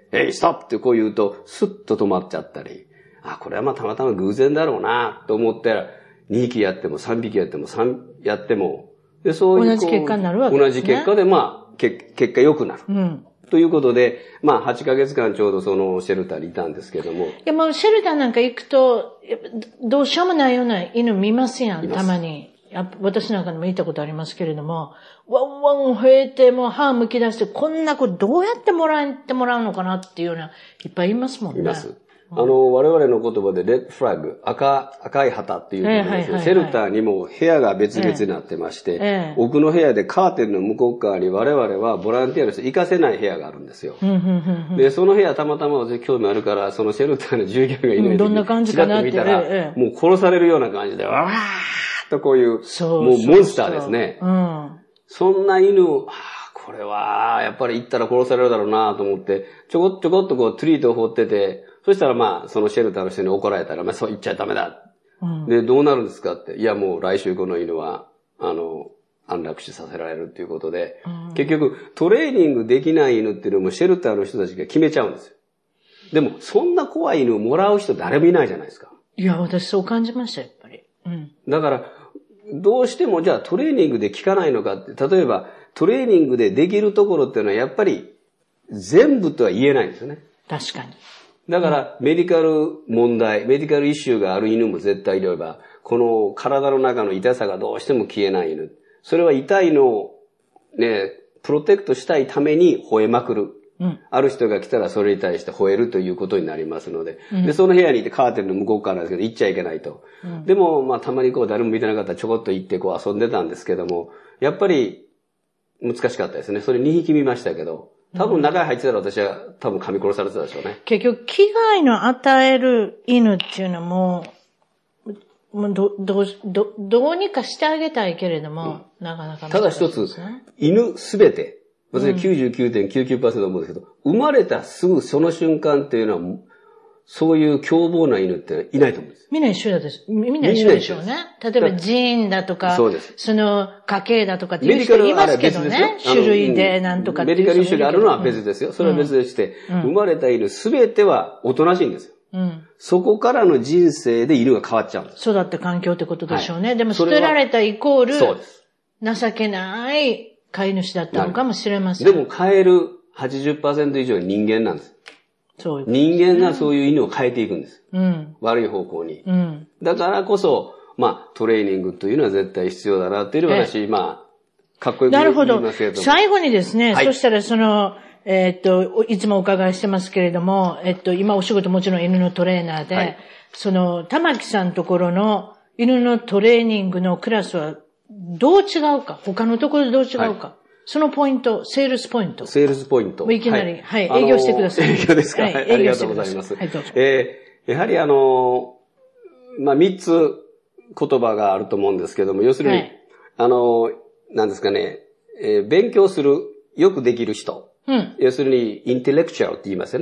Speaker 2: えい、ストップってこう言うと、スッと止まっちゃったり、あ、これはまあたまたま偶然だろうなと思ったら、にひきやってもさんびきやってもさんやっても、でそういう
Speaker 1: 同じ結果になるわけですね。
Speaker 2: 同じ結果でまあ、け結果良くなる。うん。ということで、まあはちかげつかんちょうどそのシェルターにいたんですけども。い
Speaker 1: やもうシェルターなんか行くと、どうしようもないような犬見ますやん、たまに。私なんかにも言ったことありますけれども、ワンワン吠えて、もう歯剥き出して、こんな子どうやってもらってもらうのかなっていうような、いっぱいいますもんね。
Speaker 2: います。あの、我々の言葉でレッドフラッグ、赤、赤い旗っていうのがですね、シェルターにも部屋が別々になってまして、ええ、奥の部屋でカーテンの向こう側に我々はボランティアの人行かせない部屋があるんですよ。で、その部屋たまたま私興味あるから、そのシェルターの従業員がいない時に、
Speaker 1: どんな感じかなって
Speaker 2: 見たら、ええ、もう殺されるような感じで、わーっとこういう、そうもうモンスターですね。うん、そんな犬、これは、やっぱり行ったら殺されるだろうなと思って、ちょこちょこっとこうトリートを放ってて、そしたらまあ、そのシェルターの人に怒られたら、まあそう言っちゃダメだ。うん、で、どうなるんですかって。いやもう来週この犬は、あの、安楽死させられるっていうことで、うん、結局トレーニングできない犬っていうのもシェルターの人たちが決めちゃうんですよ。でも、そんな怖い犬をもらう人誰もいないじゃないですか。
Speaker 1: いや、私そう感じました、やっぱり。うん。
Speaker 2: だから、どうしてもじゃあトレーニングで効かないのかって、例えばトレーニングでできるところっていうのはやっぱり全部とは言えないんですよね。
Speaker 1: 確かに。
Speaker 2: だから、メディカル問題、メディカルイシューがある犬も絶対いれば、この体の中の痛さがどうしても消えない犬。それは痛いのをね、プロテクトしたいために吠えまくる。うん、ある人が来たらそれに対して吠えるということになりますので、うん、で、その部屋にいてカーテンの向こう側なんですけど、行っちゃいけないと。うん、でも、まあ、たまにこう誰も見てなかったらちょこっと行ってこう遊んでたんですけども、やっぱり難しかったですね。それにひき見ましたけど、多分中に入ってたら私は多分噛み殺されてたでしょうね。
Speaker 1: 結局、危害の与える犬っていうのも、もうど、どう、ど、どうにかしてあげたいけれども、うん、なかなか難しいですね。
Speaker 2: ただ一つ、犬すべて、私は きゅうじゅうきゅうてんきゅうきゅうパーセント 思うんですけど、生まれたすぐその瞬間っていうのは、そういう凶暴な犬っていないと思うんです。
Speaker 1: みんな一緒です。みんな一緒でしょうね。例えばジーンだとか、そうです。その家系だとかっていう人いますけどね。種類でなんとかっていう。
Speaker 2: メディカルイシュがあるのは別ですよ。それは別でして、うん、生まれた犬すべてはおとなしいんですよ。うん、そこからの人生で犬が変わっちゃうんです。
Speaker 1: 育った環境ってことでしょうね。はい、でも捨てられたイコール、そうです。情けない飼い主だったのかもしれません。
Speaker 2: でも飼える はちじゅっパーセント 以上は人間なんです。そういうことですね。人間がそういう犬を変えていくんです。うん、悪い方向に。うん、だからこそ、まあ、トレーニングというのは絶対必要だなっていうのは私、まあ、かっこよく言いますけれども。なるほど。
Speaker 1: 最後にですね、はい、そしたらその、えー、っと、いつもお伺いしてますけれども、えっと、今お仕事もちろん犬のトレーナーで、はい、その、玉木さんのところの犬のトレーニングのクラスはどう違うか、他のところでどう違うか。はい、そのポイント、セールスポイント。
Speaker 2: セールスポイント。
Speaker 1: もういきなり、はい、はい、営業してください。
Speaker 2: 営業ですか、はい、ありがとうございます。はい、どうぞ。えー、やはりあの、まあ、三つ言葉があると思うんですけども、要するに、はい、あの、なんですかね、えー、勉強する、よくできる人。うん、要するに、インテレクチャルって言いますよね。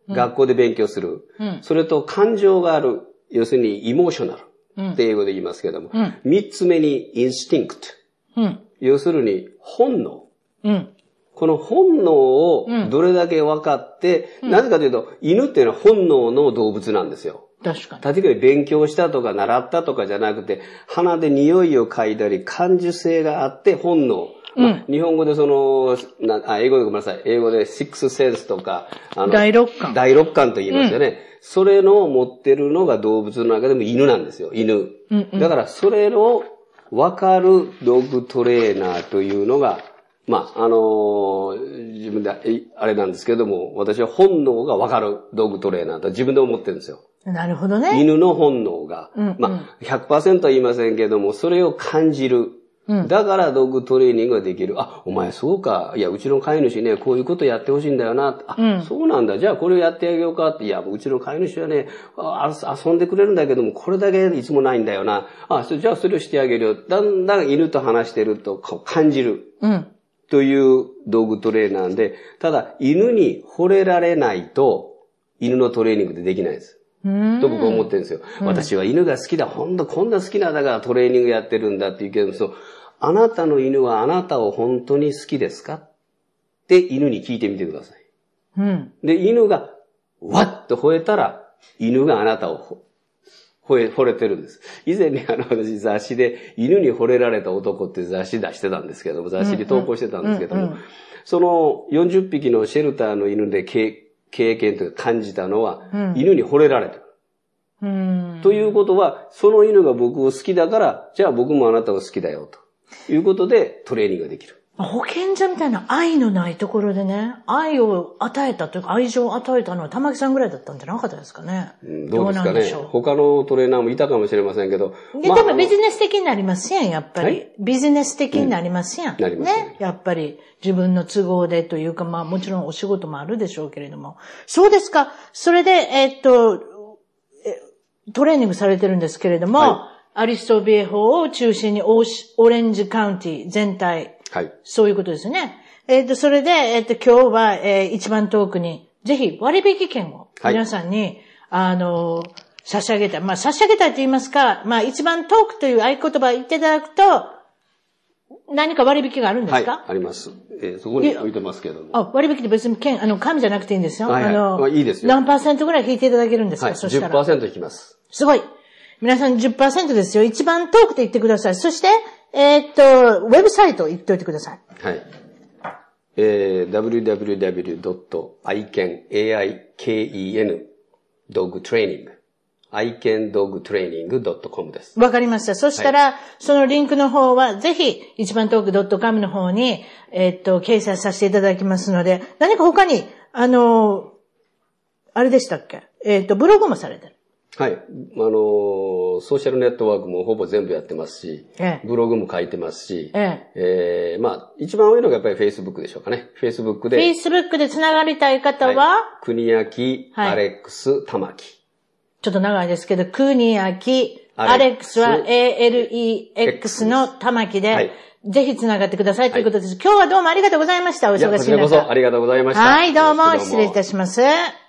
Speaker 2: うん、学校で勉強する、うん、それと感情がある、要するにイモーショナルって英語で言いますけども、うん、三つ目にインスティンクト、うん、要するに本能、うん、この本能をどれだけ分かって、うん、なぜかというと、犬っていうのは本能の動物なんですよ。
Speaker 1: 確かに。
Speaker 2: 例えば勉強したとか習ったとかじゃなくて、鼻で匂いを嗅いだり感受性があって本能。うんまあ、日本語でその、なあ、英語でごめんなさい。英語でシックスセンスとか、
Speaker 1: あの、第六感。
Speaker 2: 第六感と言いますよね。うん、それの持ってるのが動物の中でも犬なんですよ。犬。うんうん、だからそれを分かるドッグトレーナーというのが、まあ、あのー、自分で、あれなんですけども、私は本能が分かるドッグトレーナーと自分で思ってるんですよ。
Speaker 1: なるほどね。
Speaker 2: 犬の本能が。うんうん、まあ、ひゃくパーセント は言いませんけども、それを感じる。うん、だからドッグトレーニングができる。あ、お前そうか。いや、うちの飼い主ね、こういうことやってほしいんだよな。あ、うん、そうなんだ。じゃあこれをやってあげようかって。いや、うちの飼い主はね、あ遊んでくれるんだけども、これだけいつもないんだよな。あ、じゃあそれをしてあげるよ。だんだん犬と話してると感じる。うん。というドッグトレーナーで、ただ犬に惚れられないと、犬のトレーニングってできないです。と僕は思ってるんですよ。うん、私は犬が好きだ。ほんとこんな好きなだからトレーニングやってるんだって言うけど、そう、あなたの犬はあなたを本当に好きですかって犬に聞いてみてください。うん、で、犬がわっと吠えたら、犬があなたを吠え、惚れてるんです。以前にあの私雑誌で犬に惚れられた男って雑誌出してたんですけども、雑誌に投稿してたんですけども、うんうん、そのよんじゅっぴきのシェルターの犬で経経験というか感じたのは、うん、犬に惚れられてる。うんということは、その犬が僕を好きだから、じゃあ僕もあなたを好きだよ、ということでトレーニングができる。
Speaker 1: 保健所みたいな愛のないところでね、愛を与えたというか、愛情を与えたのは玉木さんぐらいだったんじゃなかったですかね。
Speaker 2: うん、どうですかね。どうなんでしょう。他のトレーナーもいたかもしれませんけど。
Speaker 1: で、まあ、でもビジネス的になりますやん、やっぱり。はい、ビジネス的になりますやん。
Speaker 2: うん、なりますね。
Speaker 1: ね。やっぱり自分の都合でというか、まあもちろんお仕事もあるでしょうけれども。そうですか。それで、えー、っと、トレーニングされてるんですけれども、はい、アリストビエホを中心にオレンジカウンティ全体。はい。そういうことですね。えっ、ー、と、それで、えっ、ー、と、今日は、えー、一番遠くに、ぜひ割引券を皆さんに、はい、あの、差し上げたい。まあ、差し上げたいと言いますか、まあ、一番遠くという合言葉を言っていただくと、何か割引があるんですか？
Speaker 2: はい、あります。えー、そこに置いてますけども。
Speaker 1: あ、割引って別に券、あの、紙じゃなくていいんですよ。
Speaker 2: はいはい、
Speaker 1: あの、
Speaker 2: まあ、いいですよ。
Speaker 1: 何パーセントぐらい引いていただけるんですか？はい、そしたら。
Speaker 2: じゅっパーセント 引きます。
Speaker 1: すごい。皆さん じゅっパーセント ですよ。一番遠くて言ってください。そして、えー、っと、ウェブサイト言っておいてください。
Speaker 2: はい。えー、ダブリューダブリューダブリュードットアイケン エーアイケーイーエヌ ドッグトレーニング アイケンドッグトレーニングドットコム です。
Speaker 1: わかりました。そしたら、はい、そのリンクの方は、ぜひ、一番トーク .com の方に、えー、っと、掲載させていただきますので、何か他に、あの、あれでしたっけ？えー、っと、ブログもされてる。
Speaker 2: はい。あのー、ソーシャルネットワークもほぼ全部やってますし、ええ、ブログも書いてますし、えええー、まあ、一番多いのがやっぱり Facebook でしょうかね。Facebook で。
Speaker 1: Facebook で繋がりたい方は、
Speaker 2: はい、国焼、はい、アレックス、玉木。
Speaker 1: ちょっと長いですけど、国焼、アレックスは エーエルイーエックス の玉木で、はい、ぜひ繋がってくださいということです。はい、今日はどうもありがとうございました。お忙しい中。
Speaker 2: こちらこそありがとうございました。
Speaker 1: はい、どうも失礼いたします。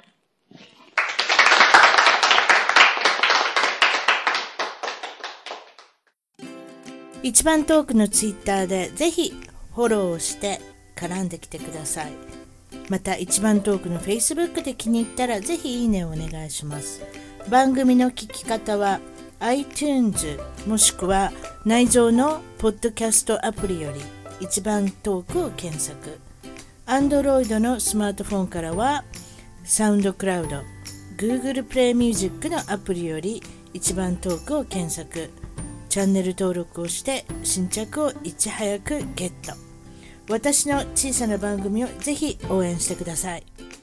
Speaker 1: 一番トークのツイッターでぜひフォローをして絡んできてください。また一番トークの Facebook で気に入ったらぜひいいねをお願いします。番組の聞き方は iTunes もしくは内蔵のポッドキャストアプリより一番トークを検索。Android のスマートフォンからは SoundCloud、Google Play Music のアプリより一番トークを検索。チャンネル登録をして新着をいち早くゲット。私の小さな番組をぜひ応援してください。